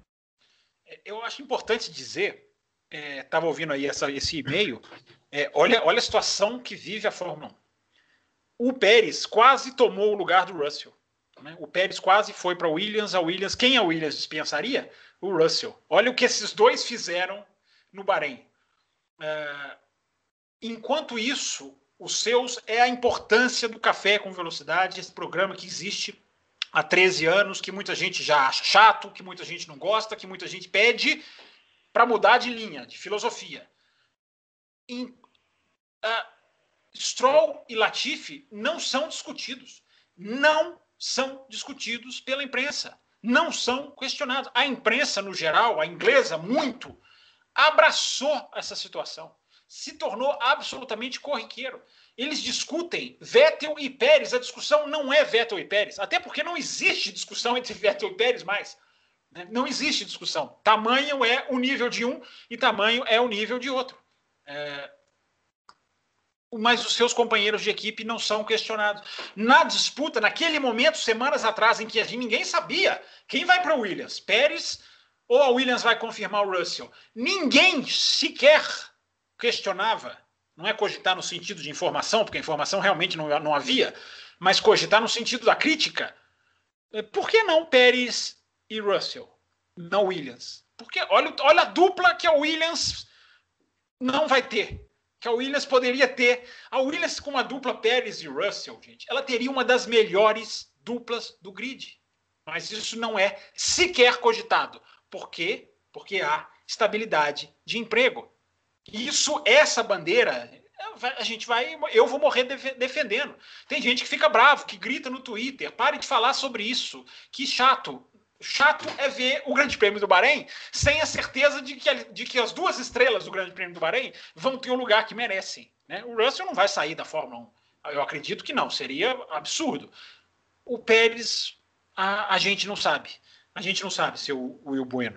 Eu acho importante dizer, estava é, ouvindo aí essa, esse e-mail, é, olha, olha a situação que vive a Fórmula um. O Pérez quase tomou o lugar do Russell. Né? O Pérez quase foi para a Williams. A Williams, quem a Williams dispensaria? O Russell. Olha o que esses dois fizeram no Bahrein. É, enquanto isso, os seus é a importância do Café com Velocidade, esse programa que existe há treze anos, que muita gente já acha chato, que muita gente não gosta, que muita gente pede para mudar de linha, de filosofia. Em, uh, Stroll e Latifi não são discutidos. Não são discutidos pela imprensa. Não são questionados. A imprensa, no geral, a inglesa, muito, abraçou essa situação. Se tornou absolutamente corriqueiro. Eles discutem Vettel e Pérez. A discussão não é Vettel e Pérez. Até porque não existe discussão entre Vettel e Pérez mais. Né? Não existe discussão. Tamanho é o nível de um e tamanho é o nível de outro. É... Mas os seus companheiros de equipe não são questionados. Na disputa, naquele momento, semanas atrás, em que a gente, ninguém sabia quem vai para o Williams, Pérez ou a Williams vai confirmar o Russell. Ninguém sequer questionava, não é cogitar no sentido de informação, porque a informação realmente não, não havia, mas cogitar no sentido da crítica. Por que não Pérez e Russell? Não Williams. Porque olha, olha a dupla que a Williams não vai ter. Que a Williams poderia ter. A Williams com a dupla Pérez e Russell, gente, ela teria uma das melhores duplas do grid. Mas isso não é sequer cogitado. Por quê? Porque há estabilidade de emprego. Isso, essa bandeira, a gente vai, eu vou morrer defendendo. Tem gente que fica bravo, que grita no Twitter, pare de falar sobre isso. Que chato. Chato é ver o Grande Prêmio do Bahrein sem a certeza de que, de que as duas estrelas do Grande Prêmio do Bahrein vão ter o lugar que merecem. Né? O Russell não vai sair da Fórmula um. Eu acredito que não, seria absurdo. O Pérez, a, a gente não sabe. A gente não sabe, seu Will Bueno.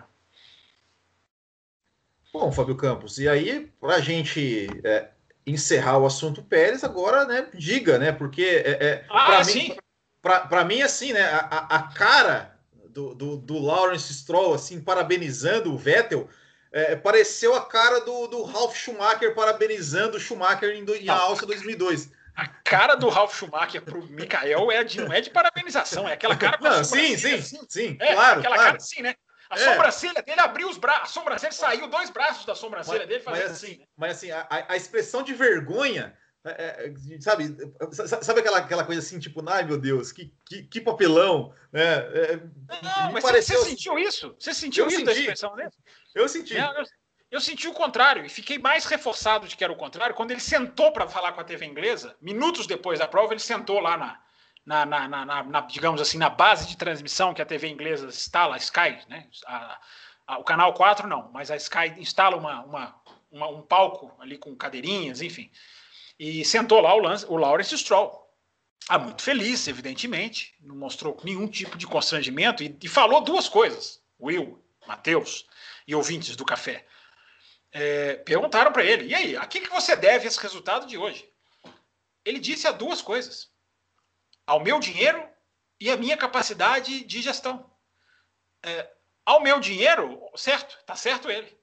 Bom, Fábio Campos, e aí, para a gente é, encerrar o assunto Pérez, agora, né, diga, né, porque é, é, ah, para sim. mim, para mim, assim, né, a, a cara do, do, do Lawrence Stroll, assim, parabenizando o Vettel, é, pareceu a cara do, do Ralf Schumacher parabenizando o Schumacher em, do, em Áustria dois mil e dois. A cara do Ralf Schumacher pro Michael é de, não é de parabenização, é aquela cara com a não, sim, sim, assim. sim, é, claro, aquela claro. cara assim, né? A É. sobrancelha dele abriu os braços, a sobrancelha saiu dois braços da sobrancelha mas, dele fazendo mas, assim, né? Mas assim, a, a expressão de vergonha, é, é, sabe, sabe aquela, aquela coisa assim, tipo, ai meu Deus, que, que, que papelão, né? É, não, mas pareceu... você sentiu isso? Você sentiu eu isso senti. da expressão dele? Eu senti. Eu, eu, eu senti o contrário, e fiquei mais reforçado de que era o contrário, quando ele sentou para falar com a T V inglesa, minutos depois da prova, ele sentou lá na, na, na, na, na, na digamos assim, na base de transmissão que a T V inglesa instala, a Sky, né? A, a, o canal quatro não, mas a Sky instala uma, uma, uma, um palco ali com cadeirinhas, enfim. E sentou lá o, Lance, o Lawrence Stroll. Ah, muito feliz, evidentemente, não mostrou nenhum tipo de constrangimento e, e falou duas coisas. Will, Matheus e ouvintes do Café é, perguntaram para ele, e aí, a que, que você deve esse resultado de hoje? Ele disse a duas coisas. Ao meu dinheiro e à minha capacidade de gestão. É, ao meu dinheiro, certo, tá certo ele.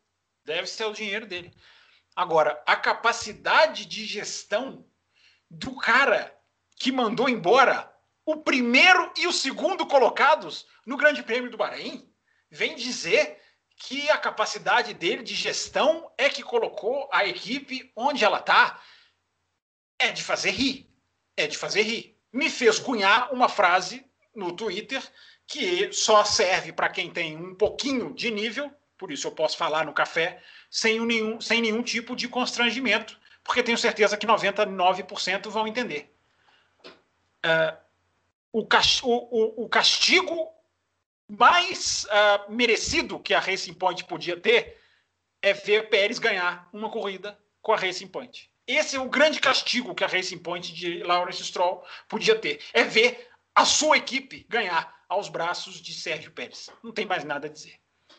Deve ser o dinheiro dele. Agora, a capacidade de gestão do cara que mandou embora o primeiro e o segundo colocados no Grande Prêmio do Bahrein vem dizer que a capacidade dele de gestão é que colocou a equipe onde ela está. É de fazer rir. É de fazer rir. Me fez cunhar uma frase no Twitter que só serve para quem tem um pouquinho de nível, por isso eu posso falar no café, sem nenhum, sem nenhum tipo de constrangimento, porque tenho certeza que noventa e nove por cento vão entender. Uh, o, o, o castigo mais uh, merecido que a Racing Point podia ter é ver Pérez ganhar uma corrida com a Racing Point. Esse é o grande castigo que a Racing Point de Lawrence Stroll podia ter. É ver a sua equipe ganhar aos braços de Sérgio Pérez. Não tem mais nada a dizer.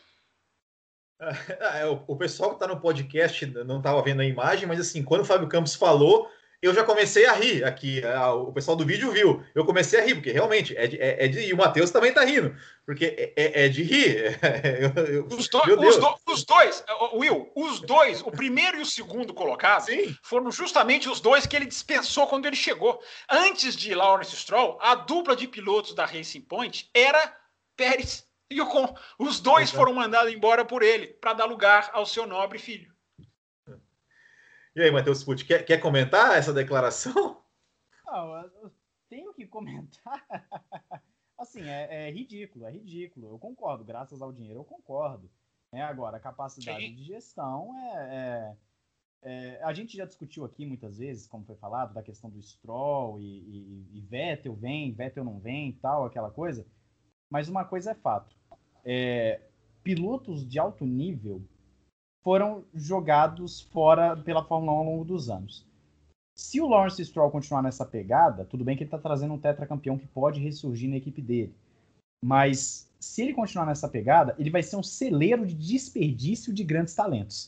É, o, o pessoal que está no podcast não estava vendo a imagem, mas assim, quando o Fábio Campos falou, eu já comecei a rir aqui. A, o pessoal do vídeo viu. Eu comecei a rir, porque realmente é de, é, é de, e o Matheus também está rindo, porque é, é, é de rir. É, eu, eu, os, do, os, do, os dois, Will, os dois, o primeiro e o segundo colocados, Sim. foram justamente os dois que ele dispensou quando ele chegou. Antes de Lawrence Stroll, a dupla de pilotos da Racing Point era Pérez e Ocon. Os dois Exato. foram mandados embora por ele, para dar lugar ao seu nobre filho. E aí, Matheus Pucci, quer, quer comentar essa declaração? Não, eu tenho que comentar. Assim, é, é ridículo, é ridículo. Eu concordo, graças ao dinheiro eu concordo. É, agora, a capacidade Sim. de gestão é, é, é... A gente já discutiu aqui muitas vezes, como foi falado, da questão do Stroll e, e, e Vettel vem, Vettel não vem e tal, aquela coisa. Mas uma coisa é fato. É, pilotos de alto nível foram jogados fora pela Fórmula um ao longo dos anos. Se o Lawrence Stroll continuar nessa pegada, tudo bem que ele está trazendo um tetracampeão que pode ressurgir na equipe dele. Mas se ele continuar nessa pegada, ele vai ser um celeiro de desperdício de grandes talentos.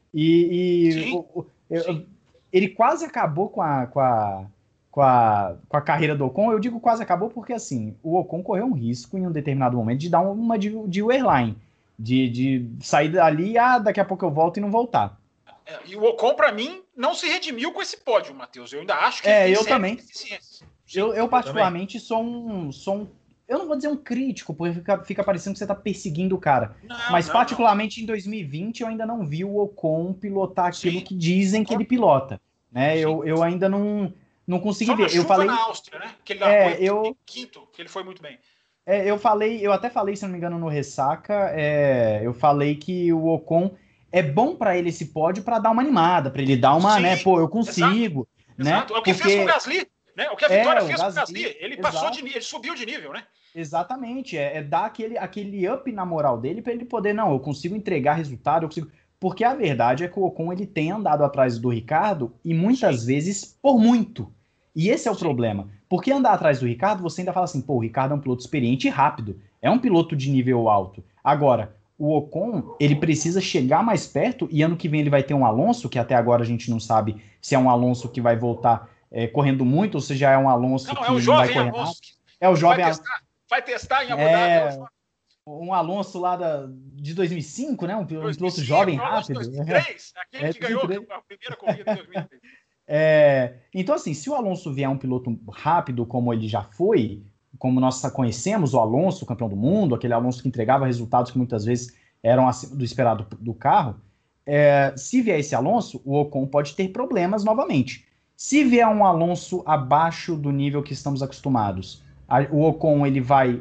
E, e o, o, eu, ele quase acabou com a, com, a, com, a, com a carreira do Ocon. Eu digo quase acabou porque assim, o Ocon correu um risco em um determinado momento de dar uma de, de airline. De, de sair dali, ah, daqui a pouco eu volto e não voltar. É, e o Ocon, para mim, não se redimiu com esse pódio, Matheus. Eu ainda acho que é, ele tem eu também. Eu, eu particularmente, sou um, sou um... Eu não vou dizer um crítico, porque fica, fica parecendo que você está perseguindo o cara. Não, mas, não, particularmente, não. em dois mil e vinte, eu ainda não vi o Ocon pilotar aquilo Sim. que dizem que ele pilota. Né? Eu, eu ainda não, não consegui Só ver. Eu falei na Áustria, né? Que ele é, eu... quinto, que ele foi muito bem. É, eu falei, eu até falei, se não me engano, no Ressaca, é, eu falei que o Ocon é bom para ele esse pódio para dar uma animada, para ele dar uma, Sim, né, pô, eu consigo, exato, né? Exato. É o que Porque... fez com o Gasly, né? O que a Vitória é, fez o com o Gasly, ele passou exato. de ele subiu de nível, né? Exatamente, é, é dar aquele, aquele up na moral dele para ele poder, não, eu consigo entregar resultado, eu consigo... Porque a verdade é que o Ocon ele tem andado atrás do Ricardo e muitas Sim. vezes por muito. E esse é o Sim. problema. Porque andar atrás do Ricardo, você ainda fala assim, pô, o Ricardo é um piloto experiente e rápido. É um piloto de nível alto. Agora, o Ocon, ele precisa chegar mais perto e ano que vem ele vai ter um Alonso, que até agora a gente não sabe se é um Alonso que vai voltar é, correndo muito ou se já é um Alonso não, que é o jovem vai correr Alonso. É o jovem vai testar, vai testar em Abu Dhabi. É, um Alonso lá da, de dois mil e cinco, né? Um, um piloto jovem, rápido. dois mil e três, aquele é, que ganhou a primeira corrida de dois mil e três. É, então, assim, se o Alonso vier um piloto rápido como ele já foi, como nós conhecemos o Alonso, o campeão do mundo, aquele Alonso que entregava resultados que muitas vezes eram acima do esperado do carro, é, se vier esse Alonso, o Ocon pode ter problemas novamente. Se vier um Alonso abaixo do nível que estamos acostumados, a, o Ocon ele vai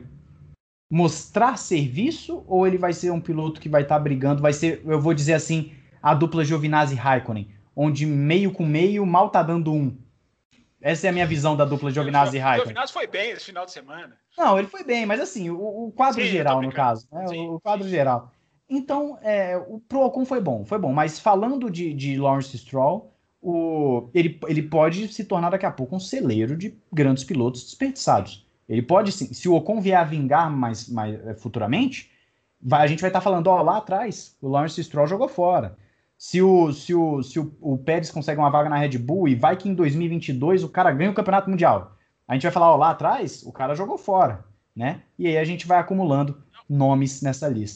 mostrar serviço ou ele vai ser um piloto que vai estar tá brigando, vai ser, eu vou dizer assim, a dupla Giovinazzi e Raikkonen, onde meio com meio mal tá dando um. Essa é a minha visão da dupla Giovinazzi e Raikkonen. O Giovinazzi foi bem esse final de semana. Não, ele foi bem, mas assim, o, o quadro Sim, geral, no caso. Né? O, o quadro Sim. geral. Então, é, o pro Ocon foi bom, foi bom. Mas falando de, de Lawrence Stroll, o, ele, ele pode se tornar daqui a pouco um celeiro de grandes pilotos desperdiçados. Ele pode sim. Se o Ocon vier a vingar mais, mais futuramente, vai, a gente vai estar tá falando, ó, lá atrás, o Lawrence Stroll jogou fora. Se o, se, o, se o, o Pérez consegue uma vaga na Red Bull e vai que em dois mil e vinte e dois o cara ganha o Campeonato Mundial, a gente vai falar, ó, lá atrás o cara jogou fora, né? E aí a gente vai acumulando nomes nessa lista.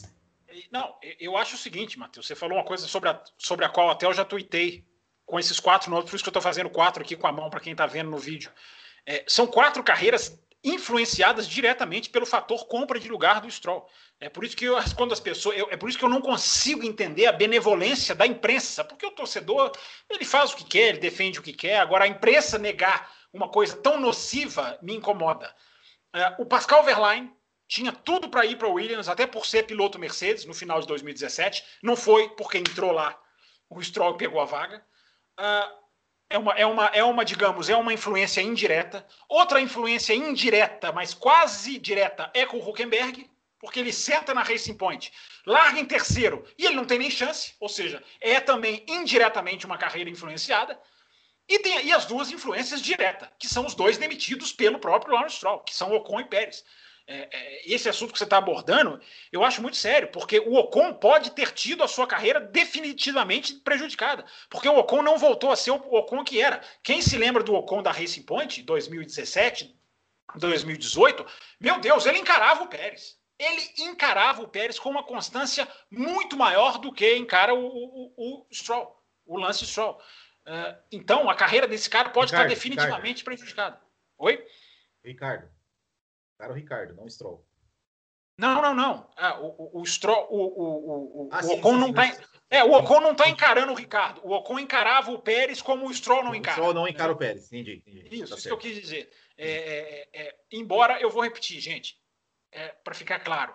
Não, eu acho o seguinte, Matheus, você falou uma coisa sobre a, sobre a qual até eu já tuitei com esses quatro nomes, por isso que eu estou fazendo quatro aqui com a mão para quem está vendo no vídeo. É, são quatro carreiras influenciadas diretamente pelo fator compra de lugar do Stroll. É por isso que eu respondo às pessoas, eu, é por isso que eu não consigo entender a benevolência da imprensa, porque o torcedor, ele faz o que quer, ele defende o que quer, agora a imprensa negar uma coisa tão nociva me incomoda. É, o Pascal Wehrlein tinha tudo para ir para o Williams, até por ser piloto Mercedes no final de dois mil e dezessete, não foi porque entrou lá, o Stroll pegou a vaga. Uh, É uma, é, uma, é uma, digamos, é uma influência indireta. Outra influência indireta, mas quase direta, é com o Hülkenberg, porque ele senta na Racing Point, larga em terceiro e ele não tem nem chance, ou seja, é também indiretamente uma carreira influenciada. E tem e as duas influências diretas, que são os dois demitidos pelo próprio Lawrence Stroll, que são Ocon e Pérez. É, é, esse assunto que você está abordando, eu acho muito sério, porque o Ocon pode ter tido a sua carreira definitivamente prejudicada, porque o Ocon não voltou a ser o Ocon que era. Quem se lembra do Ocon da Racing Point, dois mil e dezessete, dois mil e dezoito, meu Deus, ele encarava o Pérez. Ele encarava o Pérez com uma constância muito maior do que encara o, o, o Stroll, o Lance Stroll. Uh, então, a carreira desse cara pode Ricardo, estar definitivamente Ricardo. prejudicada. Oi? Ricardo. Cara, o Ricardo, não o Stroll. Não, não, não. Ah, o, o, o Stroll, o, o, o, ah, o sim, Ocon sim, não sim, tá, sim. é, o Ocon não está encarando o Ricardo. O Ocon encarava o Pérez como o Stroll não encara. O Stroll não encara o Pérez, entendi. entendi. Isso, tá isso que eu quis dizer. É, é, é, embora eu vou repetir, gente, é, para ficar claro,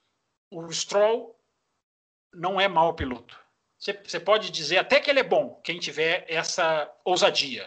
o Stroll não é mau piloto. Você pode dizer até que ele é bom, quem tiver essa ousadia.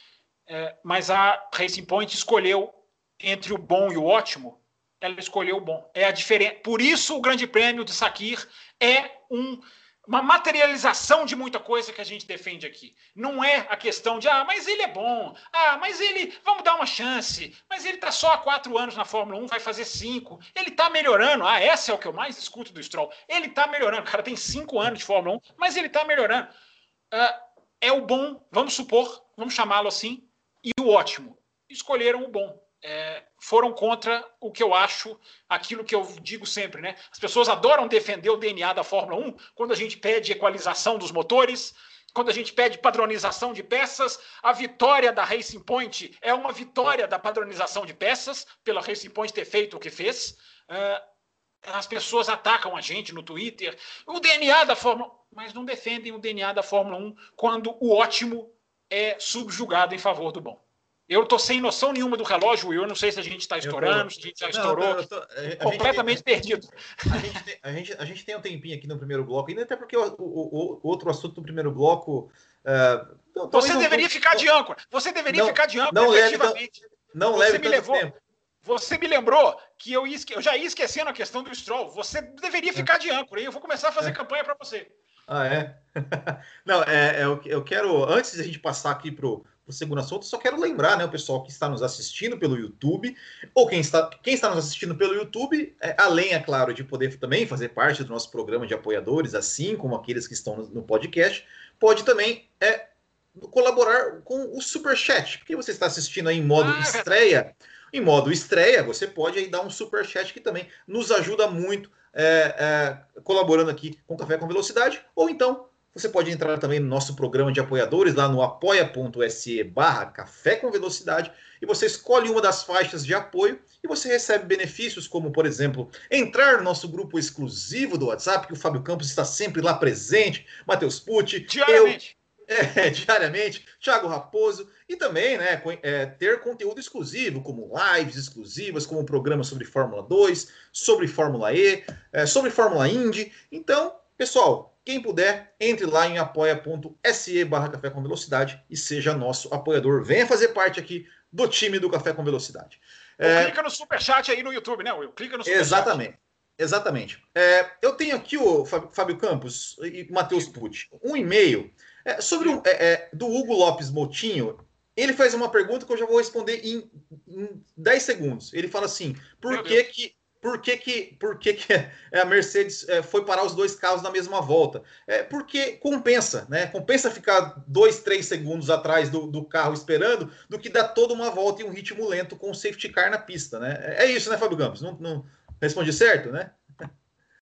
É, mas a Racing Point escolheu entre o bom e o ótimo, ela escolheu o bom. É a diferença. Por isso o Grande Prêmio de Sakir é um, uma materialização de muita coisa que a gente defende aqui. Não é a questão de, ah, mas ele é bom, ah, mas ele, vamos dar uma chance, mas ele está só há quatro anos na Fórmula um, vai fazer cinco, ele está melhorando, ah, essa é o que eu mais escuto do Stroll, ele está melhorando, o cara tem cinco anos de Fórmula um, mas ele está melhorando. Uh, é o bom, vamos supor, vamos chamá-lo assim, e o ótimo. Escolheram o bom. É, foram contra o que eu acho, aquilo que eu digo sempre, né? As pessoas adoram defender o D N A da Fórmula um quando a gente pede equalização dos motores, quando a gente pede padronização de peças. A vitória da Racing Point é uma vitória da padronização de peças, pela Racing Point ter feito o que fez. Uh, as pessoas atacam a gente no Twitter. O D N A da Fórmula um, mas não defendem o D N A da Fórmula um quando o ótimo é subjugado em favor do bom. Eu estou sem noção nenhuma do relógio, Will. Eu não sei se a gente está estourando, se a gente já estourou. Não, tô, tô, a completamente gente, perdido. A gente, tem, a, gente, a gente tem um tempinho aqui no primeiro bloco, ainda até porque o, o, o outro assunto do primeiro bloco... Uh, não, você deveria não, ficar de âncora. Você deveria não, ficar de âncora, não efetivamente. Leve, não, não você leve me levou, tempo. Você me lembrou que eu, ia, eu já ia esquecendo a questão do Stroll. Você deveria ficar de âncora. E eu vou começar a fazer é. campanha para você. Ah, é? Não, é, é eu, eu quero... Antes de a gente passar aqui para o segundo assunto, só quero lembrar, né, o pessoal que está nos assistindo pelo YouTube, ou quem está, quem está nos assistindo pelo YouTube, é, além, é claro, de poder também fazer parte do nosso programa de apoiadores, assim como aqueles que estão no, no podcast, pode também é, colaborar com o Superchat, porque você está assistindo aí em modo ah, estreia, em modo estreia, você pode aí dar um Superchat que também nos ajuda muito, é, é, colaborando aqui com Café com Velocidade, ou então você pode entrar também no nosso programa de apoiadores, lá no apoia.se barra Café com Velocidade, e você escolhe uma das faixas de apoio e você recebe benefícios como, por exemplo, entrar no nosso grupo exclusivo do WhatsApp, que o Fábio Campos está sempre lá presente, Matheus Pucci, diariamente. eu, é, diariamente, Thiago Raposo, e também né, é, ter conteúdo exclusivo, como lives exclusivas, como um programa sobre Fórmula dois, sobre Fórmula E, é, sobre Fórmula Indy. Então, pessoal, quem puder, entre lá em apoia.se barra Café com Velocidade e seja nosso apoiador. Venha fazer parte aqui do time do Café com Velocidade. É... Clica no Superchat aí no YouTube, né, Will? Clica no Superchat. Exatamente. Exatamente. É, eu tenho aqui o Fábio Campos e Matheus Pucci, um e-mail é, sobre um, é, é, do Hugo Lopes Motinho. Ele faz uma pergunta que eu já vou responder em, em dez segundos. Ele fala assim, por que que... Por que, que, por que, que a Mercedes foi parar os dois carros na mesma volta? É porque compensa, né? Compensa ficar dois, três segundos atrás do, do carro esperando do que dar toda uma volta em um ritmo lento com o safety car na pista, né? É isso, né, Fábio Campos? Não, não respondi certo, né?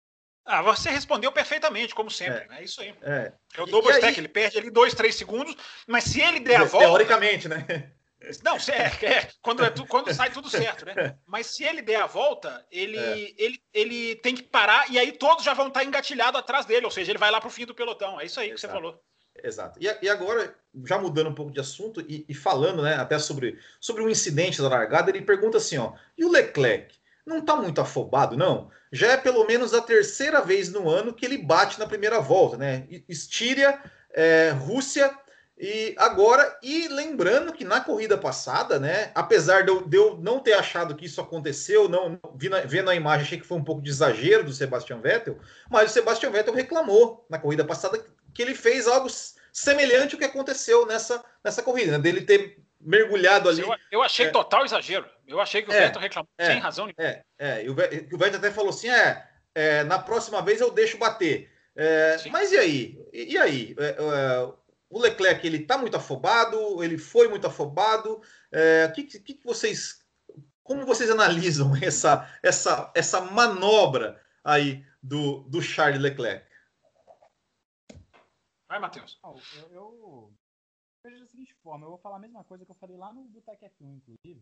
Ah, você respondeu perfeitamente, como sempre. É, é isso aí. É, é o double stack, aí... ele perde ali dois, três segundos, mas se ele der a volta... Teoricamente, né? Não, é, é, quando, é, quando sai tudo certo, né? Mas se ele der a volta, ele, é. ele, ele tem que parar e aí todos já vão estar engatilhados atrás dele, ou seja, ele vai lá para o fim do pelotão. É isso aí Exato. que você falou. Exato. E, e agora, já mudando um pouco de assunto e, e falando, né, até sobre, sobre o incidente da largada, ele pergunta assim, ó, e o Leclerc não tá muito afobado, não? Já é pelo menos a terceira vez no ano que ele bate na primeira volta, né? Estíria, é, Rússia e agora, e lembrando que na corrida passada, né, apesar de eu, de eu não ter achado que isso aconteceu, não, vendo a imagem, achei que foi um pouco de exagero do Sebastian Vettel, mas o Sebastian Vettel reclamou na corrida passada que ele fez algo semelhante ao que aconteu nessa, nessa corrida, né, dele ter mergulhado ali. Eu, eu achei é, total exagero. Eu achei que o é, Vettel reclamou é, sem razão nenhuma. É, é, e o Vettel até falou assim, é, é, na próxima vez eu deixo bater. É, mas e aí? E, e aí? É, é, o Leclerc, ele tá muito afobado, ele foi muito afobado. É, que, que, que vocês, como vocês analisam essa, essa, essa manobra aí do, do Charles Leclerc? Vai, Matheus. Oh, eu, eu vejo da seguinte forma, eu vou falar a mesma coisa que eu falei lá no Boteco F um, inclusive.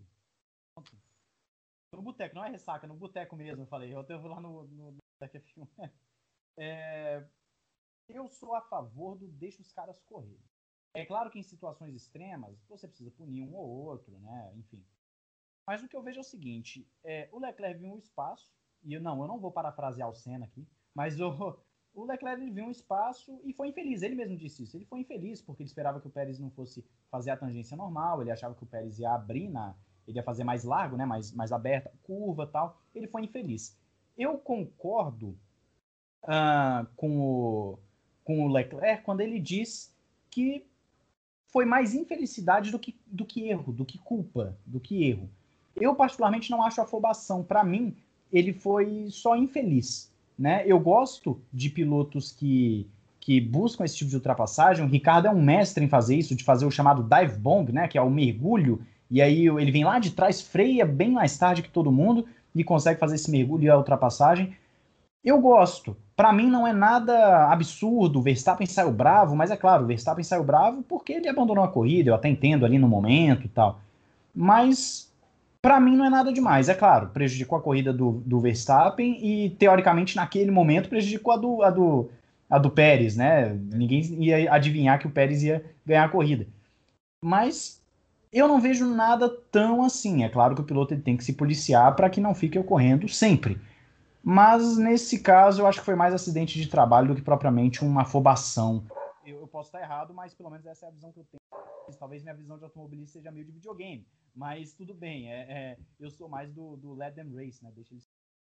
No Boteco, não é ressaca, no Boteco mesmo, eu falei. Eu vou lá no, no, no Boteco F um. É, eu sou a favor do deixa os caras correr. É claro que em situações extremas, você precisa punir um ou outro, né? Enfim. Mas o que eu vejo é o seguinte, é, o Leclerc viu um espaço, e eu não, eu não vou parafrasear o Senna aqui, mas o, o Leclerc ele viu um espaço e foi infeliz, ele mesmo disse isso. Ele foi infeliz porque ele esperava que o Pérez não fosse fazer a tangência normal, ele achava que o Pérez ia abrir, na, ele ia fazer mais largo, né? mais, mais aberta, curva e tal. Ele foi infeliz. Eu concordo uh, com, o, com o Leclerc quando ele diz que foi mais infelicidade do que, do que erro, do que culpa, do que erro. Eu, particularmente, não acho afobação. Para mim, ele foi só infeliz, né? Eu gosto de pilotos que, que buscam esse tipo de ultrapassagem. O Ricardo é um mestre em fazer isso, de fazer o chamado dive bomb, né? Que é o mergulho, e aí ele vem lá de trás, freia bem mais tarde que todo mundo e consegue fazer esse mergulho e a ultrapassagem. Eu gosto. Para mim não é nada absurdo, o Verstappen saiu bravo, mas é claro, o Verstappen saiu bravo porque ele abandonou a corrida, eu até entendo ali no momento e tal. Mas para mim não é nada demais, é claro, prejudicou a corrida do, do Verstappen e teoricamente naquele momento prejudicou a do, a, do, a do Pérez, né? Ninguém ia adivinhar que o Pérez ia ganhar a corrida. Mas eu não vejo nada tão assim, é claro que o piloto ele tem que se policiar para que não fique ocorrendo sempre. Mas, nesse caso, eu acho que foi mais acidente de trabalho do que propriamente uma afobação. Eu, eu posso estar errado, mas pelo menos essa é a visão que eu tenho. Talvez minha visão de automobilista seja meio de videogame. Mas tudo bem, é, é, eu sou mais do, do Let Them Race, né? Deixa eles...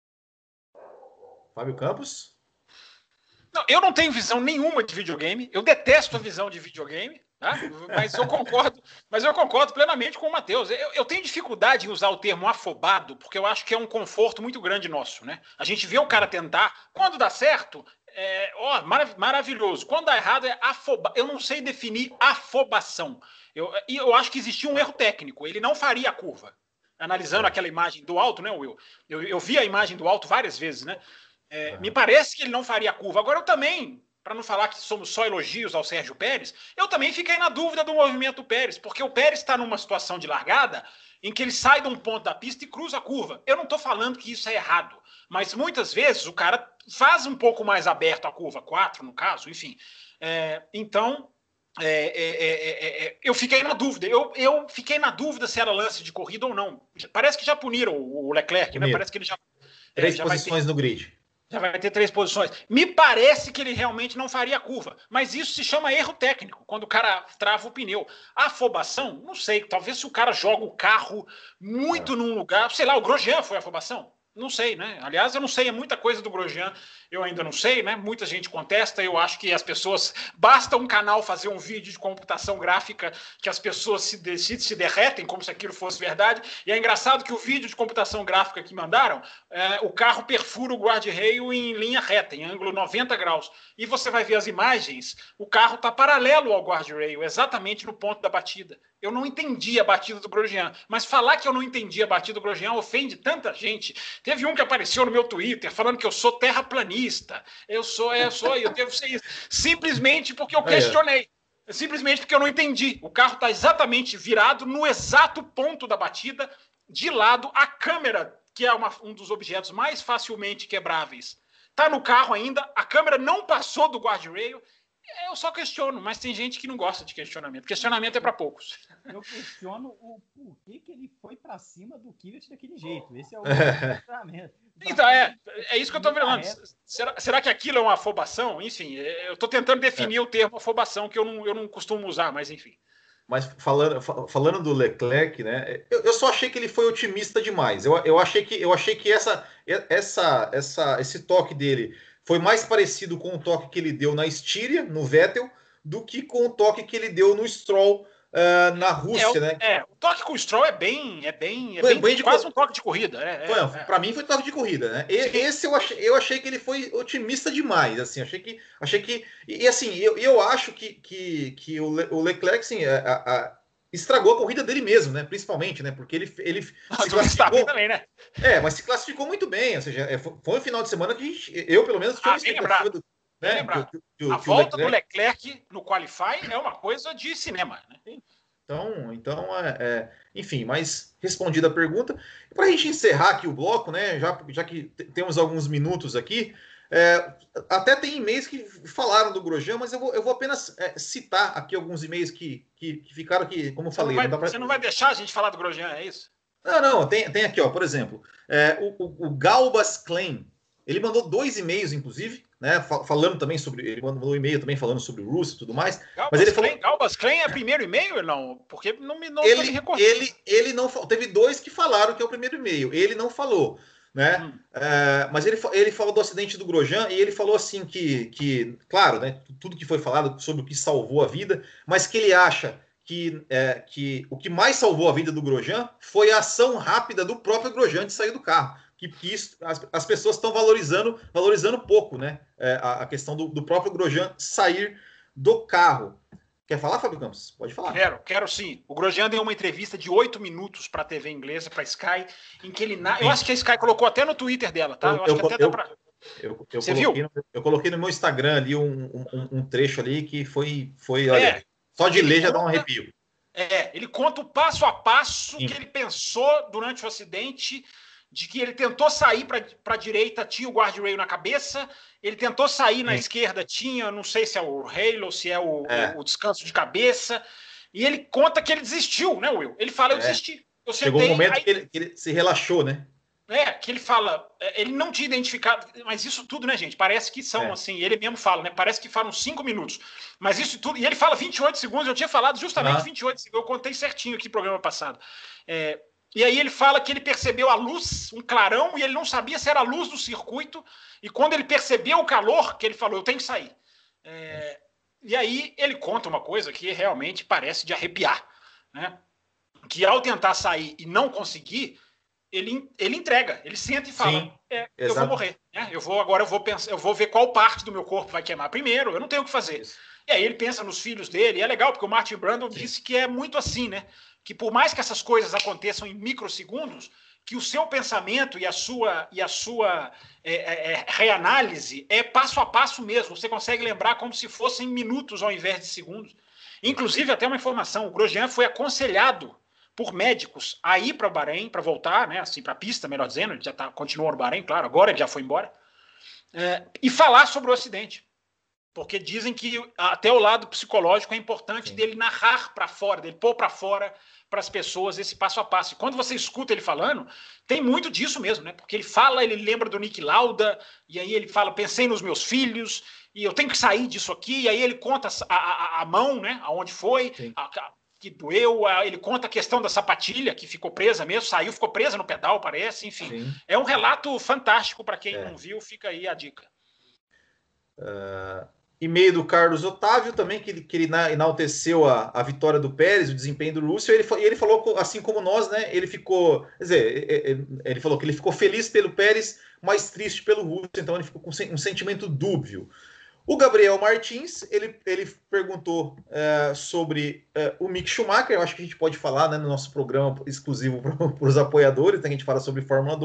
Fábio Campos? Não, eu não tenho visão nenhuma de videogame. Eu detesto a visão de videogame. Tá? Mas eu concordo, mas eu concordo plenamente com o Matheus. Eu, eu tenho dificuldade em usar o termo afobado, porque eu acho que é um conforto muito grande nosso, né? A gente vê o cara tentar, quando dá certo, é ó, marav- maravilhoso. Quando dá errado, é afobar. Eu não sei definir afobação. Eu, e eu acho que existia um erro técnico. Ele não faria a curva. Analisando aquela imagem do alto, né, Will? Eu, eu vi a imagem do alto várias vezes, né? É, me parece que ele não faria a curva. Agora eu também, para não falar que somos só elogios ao Sérgio Pérez, eu também fiquei na dúvida do movimento do Pérez, porque o Pérez está numa situação de largada em que ele sai de um ponto da pista e cruza a curva. Eu não estou falando que isso é errado, mas muitas vezes o cara faz um pouco mais aberto a curva, quatro no caso, enfim. É, então, é, é, é, é, eu fiquei na dúvida. Eu, eu fiquei na dúvida se era lance de corrida ou não. Parece que já puniram o Leclerc, né? Parece que ele já... Três é, já posições ter... no grid. Já vai ter três posições. Me parece que ele realmente não faria a curva. Mas isso se chama erro técnico, quando o cara trava o pneu. A afobação, não sei. Talvez se o cara joga o carro muito é. num lugar... Sei lá, o Grosjean foi afobação? Não sei, né? Aliás, eu não sei, é muita coisa do Grosjean, eu ainda não sei, né? Muita gente contesta, eu acho que as pessoas... Basta um canal fazer um vídeo de computação gráfica que as pessoas se, de, se, se derretem, como se aquilo fosse verdade. E é engraçado que o vídeo de computação gráfica que mandaram, é, o carro perfura o guarda-reio em linha reta, em ângulo noventa graus. E você vai ver as imagens, o carro está paralelo ao guarda-reio, exatamente no ponto da batida. Eu não entendi a batida do Grosjean, mas falar que eu não entendi a batida do Grosjean ofende tanta gente. Teve um que apareceu no meu Twitter falando que eu sou terraplanista. Eu sou, eu sou, eu devo ser isso. Simplesmente porque eu questionei. Simplesmente porque eu não entendi. O carro está exatamente virado no exato ponto da batida, de lado. A câmera, que é uma, um dos objetos mais facilmente quebráveis, está no carro ainda. A câmera não passou do guardrail. Eu só questiono, mas tem gente que não gosta de questionamento. Questionamento é para poucos. Eu questiono o porquê que ele foi para cima do Kvyat daquele jeito. Esse é o questionamento. Então, é, é isso que eu estou falando. Será, será que aquilo é uma afobação? Enfim, eu estou tentando definir é. o termo afobação, que eu não, eu não costumo usar, mas enfim. Mas falando, falando do Leclerc, né? Eu, eu só achei que ele foi otimista demais. Eu, eu achei que, eu achei que essa, essa, essa, esse toque dele foi mais parecido com o toque que ele deu na Estíria, no Vettel, do que com o toque que ele deu no Stroll uh, na Rússia, é, né? É, o toque com o Stroll é bem, é bem, é bem, bem de quase co... um toque de corrida. É, é, é, Para mim foi toque de corrida, né? E, esse eu achei, eu achei que ele foi otimista demais, assim, achei que, achei que e, e assim, eu, eu acho que, que, que o, Le, o Leclerc, assim, a, a, estragou a corrida dele mesmo, né? Principalmente, né? Porque ele, ele ah, se classificou também, né? É, mas se classificou muito bem, ou seja, foi um final de semana que a gente, eu pelo menos tinha ah, uma expectativa do, né? Que, que, que, a que volta Leclerc... do Leclerc no Qualify é uma coisa de cinema, né? Então, então é, é, enfim, mas respondida a pergunta. Para a gente encerrar aqui o bloco, né? Já, já que temos alguns minutos aqui, é, até tem e-mails que falaram do Grosjean, mas eu vou, eu vou apenas é, citar aqui alguns e-mails que, que, que ficaram aqui, como eu falei. Não vai, não dá pra... Você não vai deixar a gente falar do Grosjean, é isso? Não, não, tem, tem aqui, ó, por exemplo, é, o, o, o Galbas Klein, ele mandou dois e-mails, inclusive, né, falando também sobre, ele mandou um e-mail também falando sobre o Russo e tudo mais. Galbas mas ele Klein, falou... Galbas Klein é primeiro e-mail, não? Porque não me não ele, me ele, ele não teve dois que falaram que é o primeiro e-mail, ele não falou, né? Hum. É, mas ele, ele falou do acidente do Grosjean e ele falou assim que, que, claro, né, tudo que foi falado sobre o que salvou a vida, mas que ele acha que, é, que o que mais salvou a vida do Grosjean foi a ação rápida do próprio Grosjean de sair do carro. Que, que isso, as, as pessoas estão valorizando, valorizando pouco, né? É, a, a questão do, do próprio Grosjean sair do carro. Quer falar, Fábio Campos? Pode falar. Quero, quero sim. O Grosjean deu uma entrevista de oito minutos para a T V inglesa, para a Sky, em que ele... Na... Eu acho que a Sky colocou até no Twitter dela, tá? Eu, eu acho que até eu, dá pra... Eu, eu, Você viu? viu? No, eu coloquei no meu Instagram ali um, um, um trecho ali que foi, foi olha, é, só de ler já dá um arrepio. É, ele conta o passo a passo Sim. que ele pensou durante o acidente, de que ele tentou sair para a direita, tinha o guardrail na cabeça, ele tentou sair na Sim. esquerda, tinha, não sei se é o halo, se é o, é o, o descanso de cabeça, e ele conta que ele desistiu, né, Will? Ele fala, eu é. desisti. Eu sentei, Chegou um momento aí... que, ele, que ele se relaxou, né? É, que ele fala, ele não tinha identificado, mas isso tudo, né, gente, parece que são, é. assim, ele mesmo fala, né, parece que falam cinco minutos, mas isso tudo, e ele fala vinte e oito segundos, eu tinha falado justamente ah. vinte e oito segundos, eu contei certinho aqui no programa passado, é, e aí ele fala que ele percebeu a luz, um clarão, e ele não sabia se era a luz do circuito, e quando ele percebeu o calor, que ele falou, eu tenho que sair. É, e aí ele conta uma coisa que realmente parece de arrepiar, né, que ao tentar sair e não conseguir, Ele, ele entrega, ele senta e fala, é, eu vou morrer, né? Eu vou agora eu vou pensar, eu vou ver qual parte do meu corpo vai queimar primeiro, eu não tenho o que fazer. Isso. E aí ele pensa nos filhos dele, e é legal porque o Martin Brundle Sim. disse que é muito assim, né? Que por mais que essas coisas aconteçam em microsegundos, que o seu pensamento e a sua e a sua é, é, reanálise é passo a passo mesmo. Você consegue lembrar como se fossem minutos ao invés de segundos. Inclusive até uma informação, o Grosjean foi aconselhado por médicos a ir para o Bahrein, para voltar, né, assim, para a pista, melhor dizendo, ele já tá, continuou no Bahrein, claro, agora ele já foi embora, é, e falar sobre o acidente, porque dizem que até o lado psicológico é importante Sim. dele narrar para fora, dele pôr para fora para as pessoas esse passo a passo. E quando você escuta ele falando, tem muito disso mesmo, né, porque ele fala, ele lembra do Niki Lauda, e aí ele fala, pensei nos meus filhos, e eu tenho que sair disso aqui, e aí ele conta a, a, a mão, né, aonde foi, a, a, que doeu, ele conta a questão da sapatilha, que ficou presa mesmo, saiu, ficou presa no pedal, parece, enfim. Sim. É um relato fantástico, para quem é. não viu, fica aí a dica. Uh, e-mail do Carlos Otávio também, que ele, que ele enalteceu a, a vitória do Pérez, o desempenho do Russell, ele, ele falou, assim como nós, né, ele ficou, quer dizer, ele falou que ele ficou feliz pelo Pérez, mas triste pelo Russell, então ele ficou com um sentimento dúbio. O Gabriel Martins, ele, ele perguntou é, sobre é, o Mick Schumacher, eu acho que a gente pode falar, né, no nosso programa exclusivo para os apoiadores, né, a gente fala sobre Fórmula dois,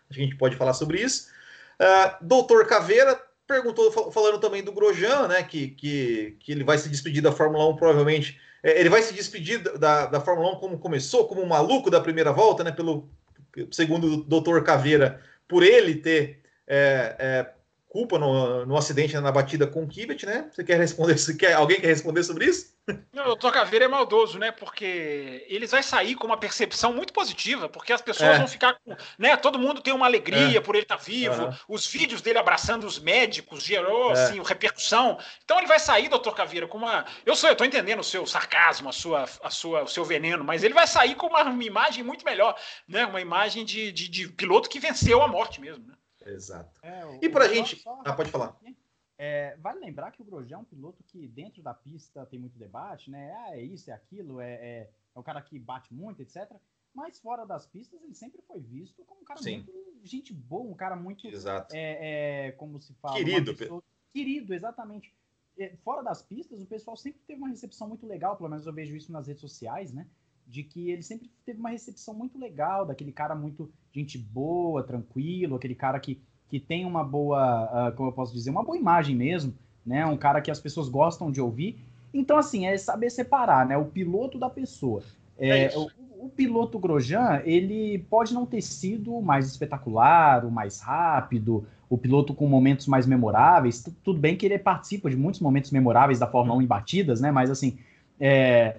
a gente pode falar sobre isso. Uh, Doutor Caveira perguntou, falando também do Grosjean, né, que, que, que ele vai se despedir da Fórmula um, provavelmente. É, ele vai se despedir da, da Fórmula um como começou, como um maluco da primeira volta, né, pelo, segundo o Doutor Caveira, por ele ter é, é, culpa no, no acidente, na batida com o Kvyat, né? Você quer responder? Você quer, alguém quer responder sobre isso? Não, o doutor Caveira é maldoso, né? Porque eles vai sair com uma percepção muito positiva, porque as pessoas É. vão ficar com, né? Todo mundo tem uma alegria É. por ele estar vivo. Uhum. Os vídeos dele abraçando os médicos gerou É. assim, repercussão. Então ele vai sair, doutor Caveira, com uma. Eu sou, eu tô entendendo o seu sarcasmo, a sua, a sua, o seu veneno, mas ele vai sair com uma, uma imagem muito melhor, né? Uma imagem de, de, de piloto que venceu a morte mesmo, né? Exato. É, o, E pra o gente. só- Ah, pode falar. É, vale lembrar que o Grosjean é um piloto que dentro da pista tem muito debate, né? Ah, é isso, é aquilo, é, é, é o cara que bate muito, etcétera. Mas fora das pistas ele sempre foi visto como um cara Sim. muito gente boa, um cara muito, Exato. é, é, como se fala, uma Querido. pessoa- querido, exatamente. É, fora das pistas, o pessoal sempre teve uma recepção muito legal, pelo menos eu vejo isso nas redes sociais, né? De que ele sempre teve uma recepção muito legal, daquele cara muito gente boa, tranquilo, aquele cara que, que tem uma boa, uh, como eu posso dizer, uma boa imagem mesmo, né? Um cara que as pessoas gostam de ouvir. Então, assim, é saber separar, né? O piloto da pessoa. É É, isso. o, o piloto Grosjean, ele pode não ter sido o mais espetacular, o mais rápido, o piloto com momentos mais memoráveis. Tu- Tudo bem que ele participa de muitos momentos memoráveis da Fórmula um em batidas, né? Mas, assim, é,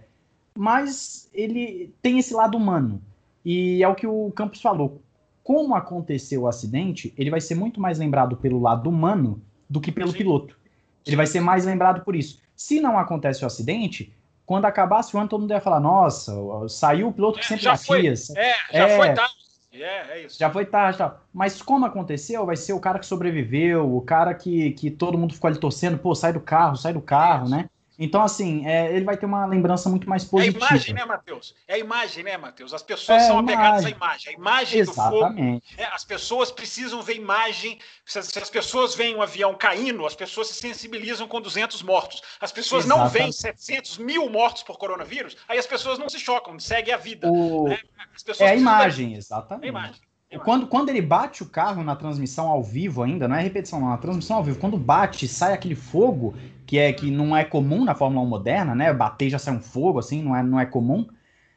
mas ele tem esse lado humano. E é o que o Campos falou. Como aconteceu o acidente, ele vai ser muito mais lembrado pelo lado humano do que pelo Sim. piloto. Ele vai ser mais lembrado por isso. Se não acontece o acidente, quando acabasse o ano, todo mundo ia falar, nossa, saiu o piloto que É, sempre já foi. batia. É, já É. foi tarde. É, é isso. Já foi tarde e tal. Mas como aconteceu, vai ser o cara que sobreviveu, o cara que, que todo mundo ficou ali torcendo, pô, sai do carro, sai do carro, Isso. né? Então, assim, é, ele vai ter uma lembrança muito mais É a positiva. imagem, né, Matheus? É a imagem, né, Matheus? As pessoas É, são apegadas à imagem. imagem. A imagem do fogo. Exatamente. Né? As pessoas precisam ver imagem. Se as, se as pessoas veem um avião caindo, as pessoas se sensibilizam com duzentos mortos. As pessoas não veem Exatamente. setecentos mil mortos por coronavírus, aí as pessoas não se chocam, seguem a vida. O... Né? As pessoas É a precisam imagem, ver- exatamente. É a imagem. É a imagem. Quando, quando ele bate o carro na transmissão ao vivo ainda, não é repetição, não, na transmissão ao vivo, quando bate, sai aquele fogo, que é que não é comum na Fórmula um moderna, né? Bater já sai um fogo, assim, não é, não é comum.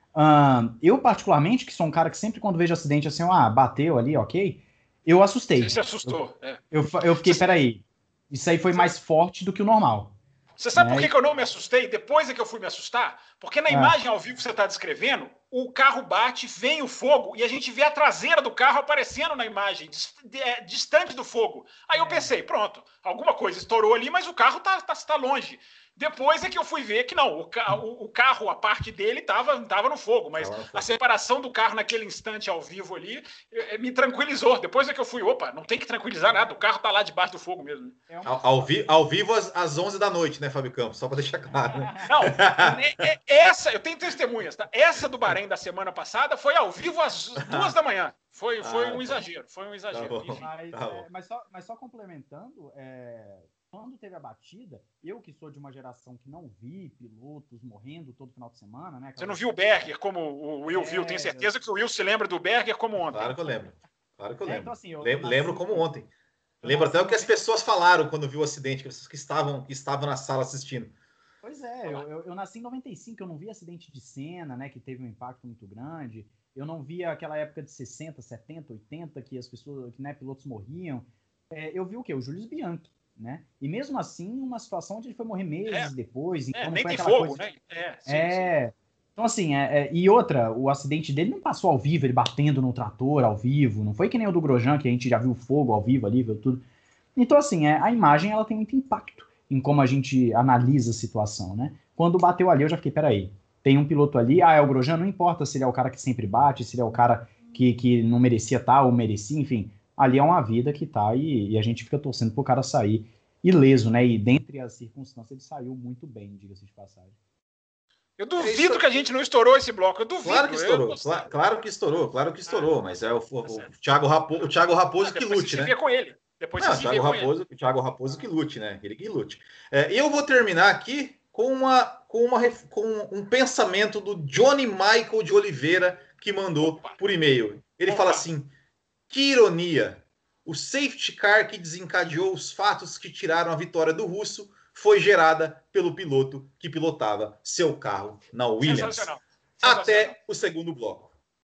Ahn, eu, particularmente, que sou um cara que sempre quando vejo acidente assim, ah, bateu ali, ok, eu assustei. Você se assustou. É. Eu, eu fiquei, peraí, isso aí foi mais forte do que o normal. Você sabe Né? por que, que eu não me assustei? Depois é que eu fui me assustar? Porque na Ah. imagem ao vivo que você está descrevendo, o carro bate, vem o fogo e a gente vê a traseira do carro aparecendo na imagem, dis- de- é, distante do fogo. Aí eu É. pensei, pronto, alguma coisa estourou ali, mas o carro tá, tá, tá longe. Depois é que eu fui ver que não, o, ca- o- o carro, a parte dele, estava tava no fogo, mas Tava no fogo. a separação do carro naquele instante ao vivo ali eh, eh, me tranquilizou. Depois é que eu fui, opa, não tem que tranquilizar nada, o carro tá lá debaixo do fogo mesmo. É uma Ao, ao, vi- ao vivo às, às onze da noite, né, Fábio Campos? Só para deixar claro. Né? Não, é- é- essa, eu tenho testemunhas, tá? Essa do Bahrein da semana passada foi ao vivo às duas da manhã. Foi, foi Ah, um tá. exagero, foi um exagero. Tá bom. Enfim. Mas, Tá é, bom. mas, só, mas só complementando, é, quando teve a batida, eu que sou de uma geração que não vi pilotos morrendo todo final de semana, né? Você não viu o Berger como o Will viu? É, Tenho certeza que o Will se lembra do Berger como ontem. Claro que eu lembro. Claro que eu É, lembro. então, assim, eu- Lem- eu nasci- lembro como ontem. eu Lembro nasci até o que as no- pessoas falaram quando viu o acidente, que as pessoas que estavam, que estavam na sala assistindo. Pois é, eu, eu, eu nasci em noventa e cinco, eu não vi acidente de Senna, né, que teve um impacto muito grande. Eu não vi aquela época de sessenta, setenta, oitenta, que as pessoas, que, né, pilotos morriam. É, eu vi o quê? O Julius Bianchi, né? E mesmo assim, uma situação onde ele foi morrer meses É. depois. Então É, não nem foi tem aquela fogo, coisa... né? É, sim, sim. É. Então, assim, é, é, e outra, o acidente dele não passou ao vivo, ele batendo no trator ao vivo, não foi que nem o do Grosjean, que a gente já viu fogo ao vivo ali, viu tudo. Então, assim, é, a imagem, ela tem muito impacto em como a gente analisa a situação, né? Quando bateu ali, eu já fiquei, peraí, tem um piloto ali, ah, é o Grosjean, não importa se ele é o cara que sempre bate, se ele é o cara que, que não merecia estar ou merecia, enfim, ali é uma vida que tá e, e a gente fica torcendo pro cara sair ileso, né? E dentre as circunstâncias, ele saiu muito bem, diga-se de passagem. Eu É duvido isso. que a gente não estourou esse bloco. Eu duvido. Claro que eu estourou, não sei. cla- claro que estourou, claro que estourou, mas é o, o, Tá certo. o Thiago Raposo, o Thiago Raposo Ah, que depois lute, você né? se vê com ele. Depois Não, o você se vê Thiago com ele. Raposo, o Thiago Raposo que lute, né? Ele que lute. É, e eu vou terminar aqui com, uma, com, uma, ref- com um pensamento do Johnny Michael de Oliveira que mandou Opa. por e-mail. Ele Opa. fala assim: Que ironia! O safety car que desencadeou os fatos que tiraram a vitória do russo foi gerada pelo piloto que pilotava seu carro na Williams. Sensacional. Até o segundo bloco.